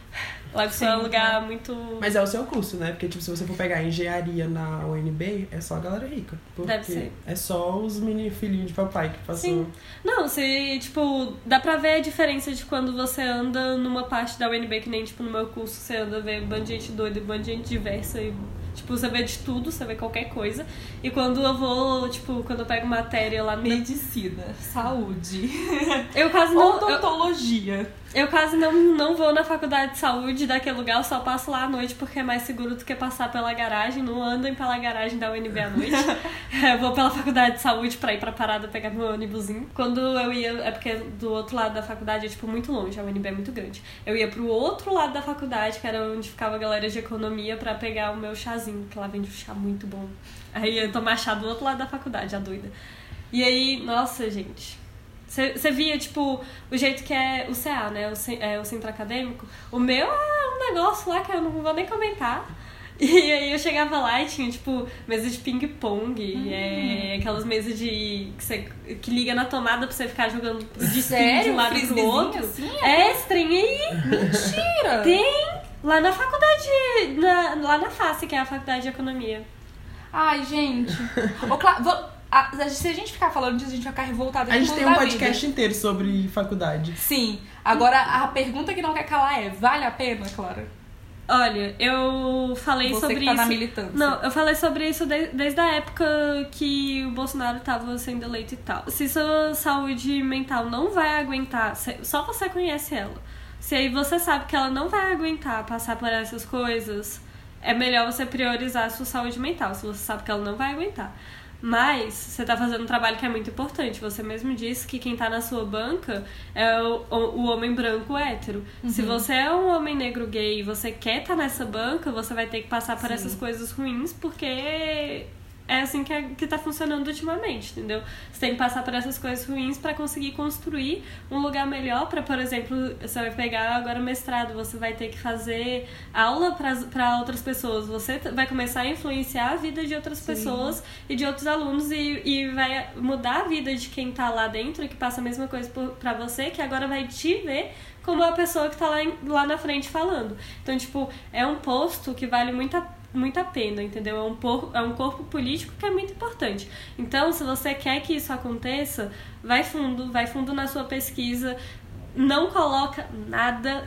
Lago Sul é um lugar muito... Mas é o seu curso, né? Porque, tipo, se você for pegar engenharia na U N B, é só a galera rica. Porque Deve ser. É só os mini filhinhos de papai que passou. Sim. Não, se, tipo, dá pra ver a diferença de quando você anda numa parte da U N B, que nem, tipo, no meu curso, você anda, vê um bando de gente doida, um bando de gente diversa e... Tipo, você vê de tudo, você vê qualquer coisa. E quando eu vou, tipo, quando eu pego matéria lá... Medicina, saúde. Eu quase não... Odontologia. Eu, eu quase não, não vou na faculdade de saúde daquele lugar, eu só passo lá à noite porque é mais seguro do que passar pela garagem. Não andem pela garagem da U N B à noite. Eu vou pela faculdade de saúde pra ir pra parada pegar meu ônibusinho. Quando eu ia... É porque do outro lado da faculdade é, tipo, muito longe. A U N B é muito grande. Eu ia pro outro lado da faculdade, que era onde ficava a galera de economia, pra pegar o meu chazinho, que lá vende um chá muito bom. Aí eu ia tomar chá do outro lado da faculdade, a doida. E aí, nossa, gente... Você via, tipo, o jeito que é o C A, né? O, C, é, o centro acadêmico. O meu é um negócio lá que eu não vou nem comentar. E aí eu chegava lá e tinha, tipo, mesa de ping-pong. Hum. É, aquelas mesas de... Que, cê, que liga na tomada pra você ficar jogando de spin de um lado pro outro. Assim? É, esse trem aí. Mentira! Tem lá na faculdade... Na, lá na F A C, que é a faculdade de economia. Ai, gente. Ô, Cla... Vou... A, se a gente ficar falando disso, a gente vai ficar revoltada. A gente tem um podcast vida. inteiro sobre faculdade. Sim. Agora, a pergunta que não quer calar é: vale a pena, Clara? Olha, eu falei Você sobre que tá isso... na militância. Não, eu falei sobre isso de, desde a época que o Bolsonaro tava sendo eleito e tal. Se sua saúde mental não vai aguentar, só você conhece ela. Se aí você sabe que ela não vai aguentar passar por essas coisas, é melhor você priorizar a sua saúde mental, se você sabe que ela não vai aguentar. Mas você tá fazendo um trabalho que é muito importante. Você mesmo disse que quem tá na sua banca é o, o, o homem branco hétero. Uhum. Se você é um homem negro gay e você quer estar tá nessa banca, você vai ter que passar por Sim. essas coisas ruins, porque é assim que, é, que tá funcionando ultimamente, entendeu? Você tem que passar por essas coisas ruins pra conseguir construir um lugar melhor pra, por exemplo, você vai pegar agora mestrado, você vai ter que fazer aula pra, pra outras pessoas, você vai começar a influenciar a vida de outras Sim. pessoas e de outros alunos e, e vai mudar a vida de quem tá lá dentro e que passa a mesma coisa por, pra você, que agora vai te ver como a pessoa que tá lá, em, lá na frente falando. Então, tipo, é um posto que vale muito a muita pena, entendeu? É um, por, é um corpo político que é muito importante. Então, se você quer que isso aconteça, vai fundo, vai fundo na sua pesquisa, não coloca nada,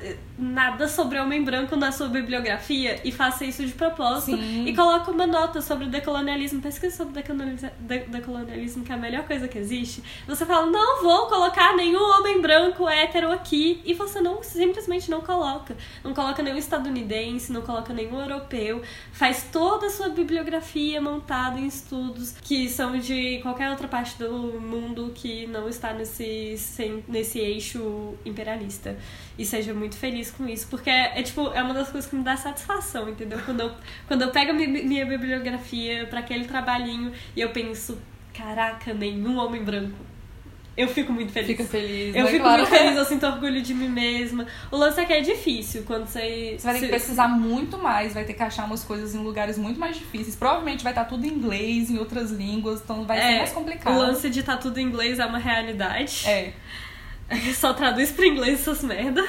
nada sobre homem branco na sua bibliografia e faça isso de propósito. Sim. E coloca uma nota sobre o decolonialismo, pesquisa sobre decolonialismo, decolonialismo, que é a melhor coisa que existe. Você fala, não vou colocar nenhum homem branco hétero aqui, e você não, simplesmente não coloca. Não coloca nenhum estadunidense, não coloca nenhum europeu. Faz toda a sua bibliografia montada em estudos que são de qualquer outra parte do mundo que não está nesse, nesse eixo imperialista. E seja muito feliz com isso, porque é, é, tipo, é uma das coisas que me dá satisfação, entendeu? Quando eu, quando eu pego a minha, minha bibliografia pra aquele trabalhinho e eu penso, caraca, nenhum homem branco. Eu fico muito feliz. Fica feliz. Eu né? fico Claro. muito feliz, eu sinto orgulho de mim mesma. O lance é que é difícil quando você... Você vai ter que pesquisar muito mais, vai ter que achar umas coisas em lugares muito mais difíceis. Provavelmente vai estar tudo em inglês, em outras línguas, então vai é, ser mais complicado. O lance de estar tudo em inglês é uma realidade. É. Só traduz pra inglês essas merda.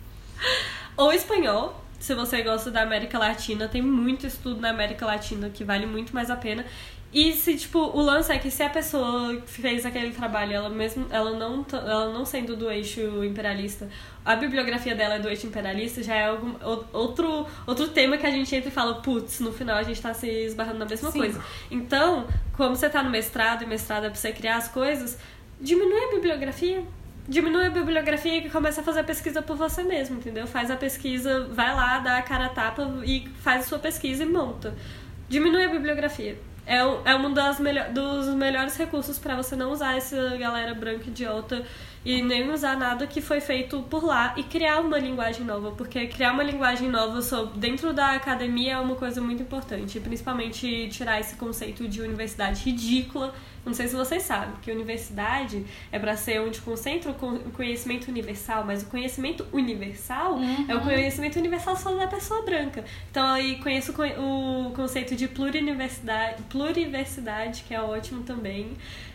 Ou espanhol. Se você gosta da América Latina, tem muito estudo na América Latina que vale muito mais a pena. E se, tipo, o lance é que se a pessoa fez aquele trabalho, ela mesmo, ela não, ela não sendo do eixo imperialista, a bibliografia dela é do eixo imperialista, já é algum, outro, outro tema que a gente entra e fala, putz, no final a gente tá se esbarrando na mesma Sim. coisa. Então, como você tá no mestrado, e mestrado é pra você criar as coisas, diminui a bibliografia. Diminui a bibliografia e começa a fazer a pesquisa por você mesmo, entendeu? Faz a pesquisa, vai lá, dá a cara a tapa e faz a sua pesquisa e monta. Diminui a bibliografia. É, é um das melhor, dos melhores recursos pra você não usar essa galera branca idiota e nem usar nada que foi feito por lá e criar uma linguagem nova, porque criar uma linguagem nova sobre, dentro da academia é uma coisa muito importante, principalmente tirar esse conceito de universidade ridícula. Não sei se vocês sabem, que universidade é pra ser onde concentra o conhecimento universal, mas o conhecimento universal uhum. é o conhecimento universal só da pessoa branca. Então aí conheço o conceito de pluriversidade, pluriversidade, que é ótimo também,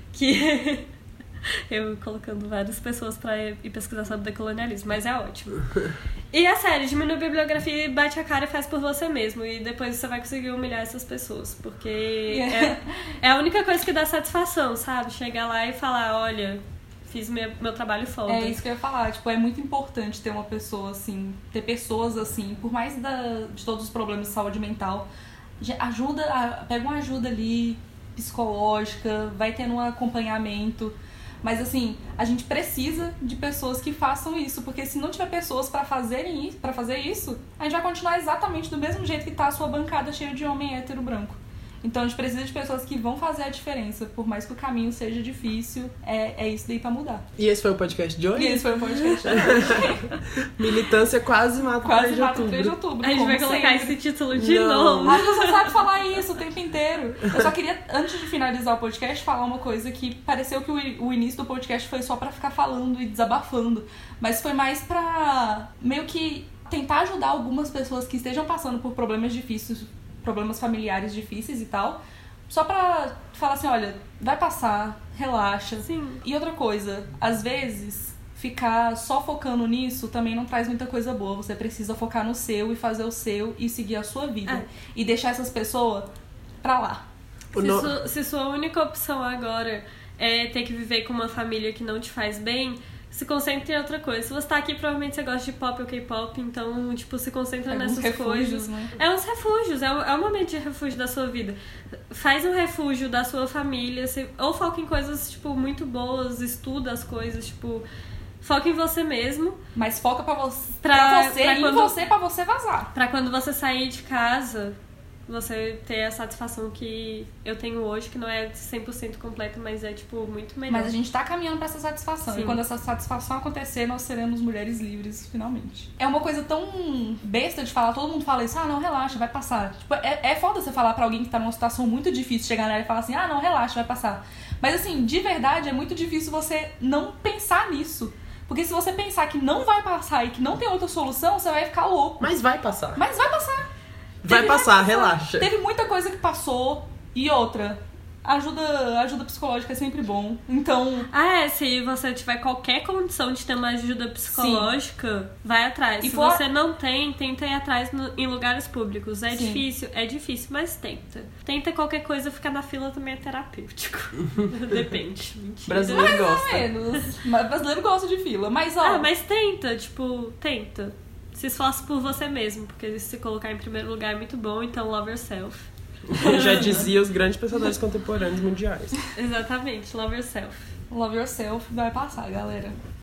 que eu colocando várias pessoas pra ir pesquisar sobre decolonialismo, mas é ótimo. E é sério, diminui a bibliografia e bate a cara e faz por você mesmo. E depois você vai conseguir humilhar essas pessoas. Porque é, é a única coisa que dá satisfação, sabe? Chegar lá e falar, olha, fiz meu, meu trabalho foda. É isso que eu ia falar. Tipo, é muito importante ter uma pessoa assim, ter pessoas assim, por mais da, de todos os problemas de saúde mental, ajuda, pega uma ajuda ali psicológica, vai tendo um acompanhamento. Mas assim, a gente precisa de pessoas que façam isso, porque se não tiver pessoas pra fazerem isso, para fazer isso, a gente vai continuar exatamente do mesmo jeito que tá a sua bancada cheia de homem hétero branco. Então a gente precisa de pessoas que vão fazer a diferença, por mais que o caminho seja difícil, é, é isso daí pra mudar. E esse foi o podcast de hoje? E esse foi o podcast de hoje. Militância quase mata quase três de mata outubro. três de outubro. A gente vai colocar sempre. esse título de Não. novo. Ah, você sabe falar isso o tempo inteiro. Eu só queria, antes de finalizar o podcast, falar uma coisa que pareceu que o, o início do podcast foi só pra ficar falando e desabafando. Mas foi mais pra meio que tentar ajudar algumas pessoas que estejam passando por problemas difíceis, problemas familiares difíceis e tal. Só pra falar assim, olha, vai passar, relaxa. Sim. E outra coisa, às vezes, ficar só focando nisso também não traz muita coisa boa. Você precisa focar no seu e fazer o seu e seguir a sua vida. É. E deixar essas pessoas pra lá. Se, no... su, se sua única opção agora é ter que viver com uma família que não te faz bem, se concentre em outra coisa. Se você tá aqui, provavelmente você gosta de pop ou K-pop, então, tipo, se concentra Alguns nessas refúgios, coisas. né? É uns refúgios, é um, é um momento de refúgio da sua vida. Faz um refúgio da sua família, se, ou foca em coisas, tipo, muito boas, estuda as coisas, tipo... Foca em você mesmo. Mas foca pra você, Pra- pra você pra e em quando- você pra você vazar. Pra quando você sair de casa, você ter a satisfação que eu tenho hoje, que não é cem por cento completa, mas é, tipo, muito melhor. Mas a gente tá caminhando pra essa satisfação. Sim. E quando essa satisfação acontecer, nós seremos mulheres livres, finalmente. É uma coisa tão besta de falar, todo mundo fala isso, ah, não, relaxa, vai passar. Tipo, é, é foda você falar pra alguém que tá numa situação muito difícil, chegar nela e falar assim, ah, não, relaxa, vai passar. Mas assim, de verdade, é muito difícil você não pensar nisso. Porque se você pensar que não vai passar e que não tem outra solução, você vai ficar louco. Mas vai passar. Mas vai passar. Vai Teve- passar, relaxa. Teve muita coisa que passou. E outra, ajuda, ajuda psicológica é sempre bom. Então, Ah, é, se você tiver qualquer condição de ter uma ajuda psicológica, vai atrás. E se for- você não tem, tenta ir atrás no- em lugares públicos. É Sim. difícil, é difícil, mas tenta. Tenta qualquer coisa, ficar na fila também é terapêutico. Depende. Mentira. Brasileiro mais ou gosta. menos. Mas brasileiro gosta de fila. Mas, ó, Ah, mas tenta, tipo, tenta. se esforce por você mesmo, porque se colocar em primeiro lugar é muito bom, então love yourself. Já dizia os grandes pensadores contemporâneos mundiais. Exatamente, love yourself. Love yourself vai passar, galera.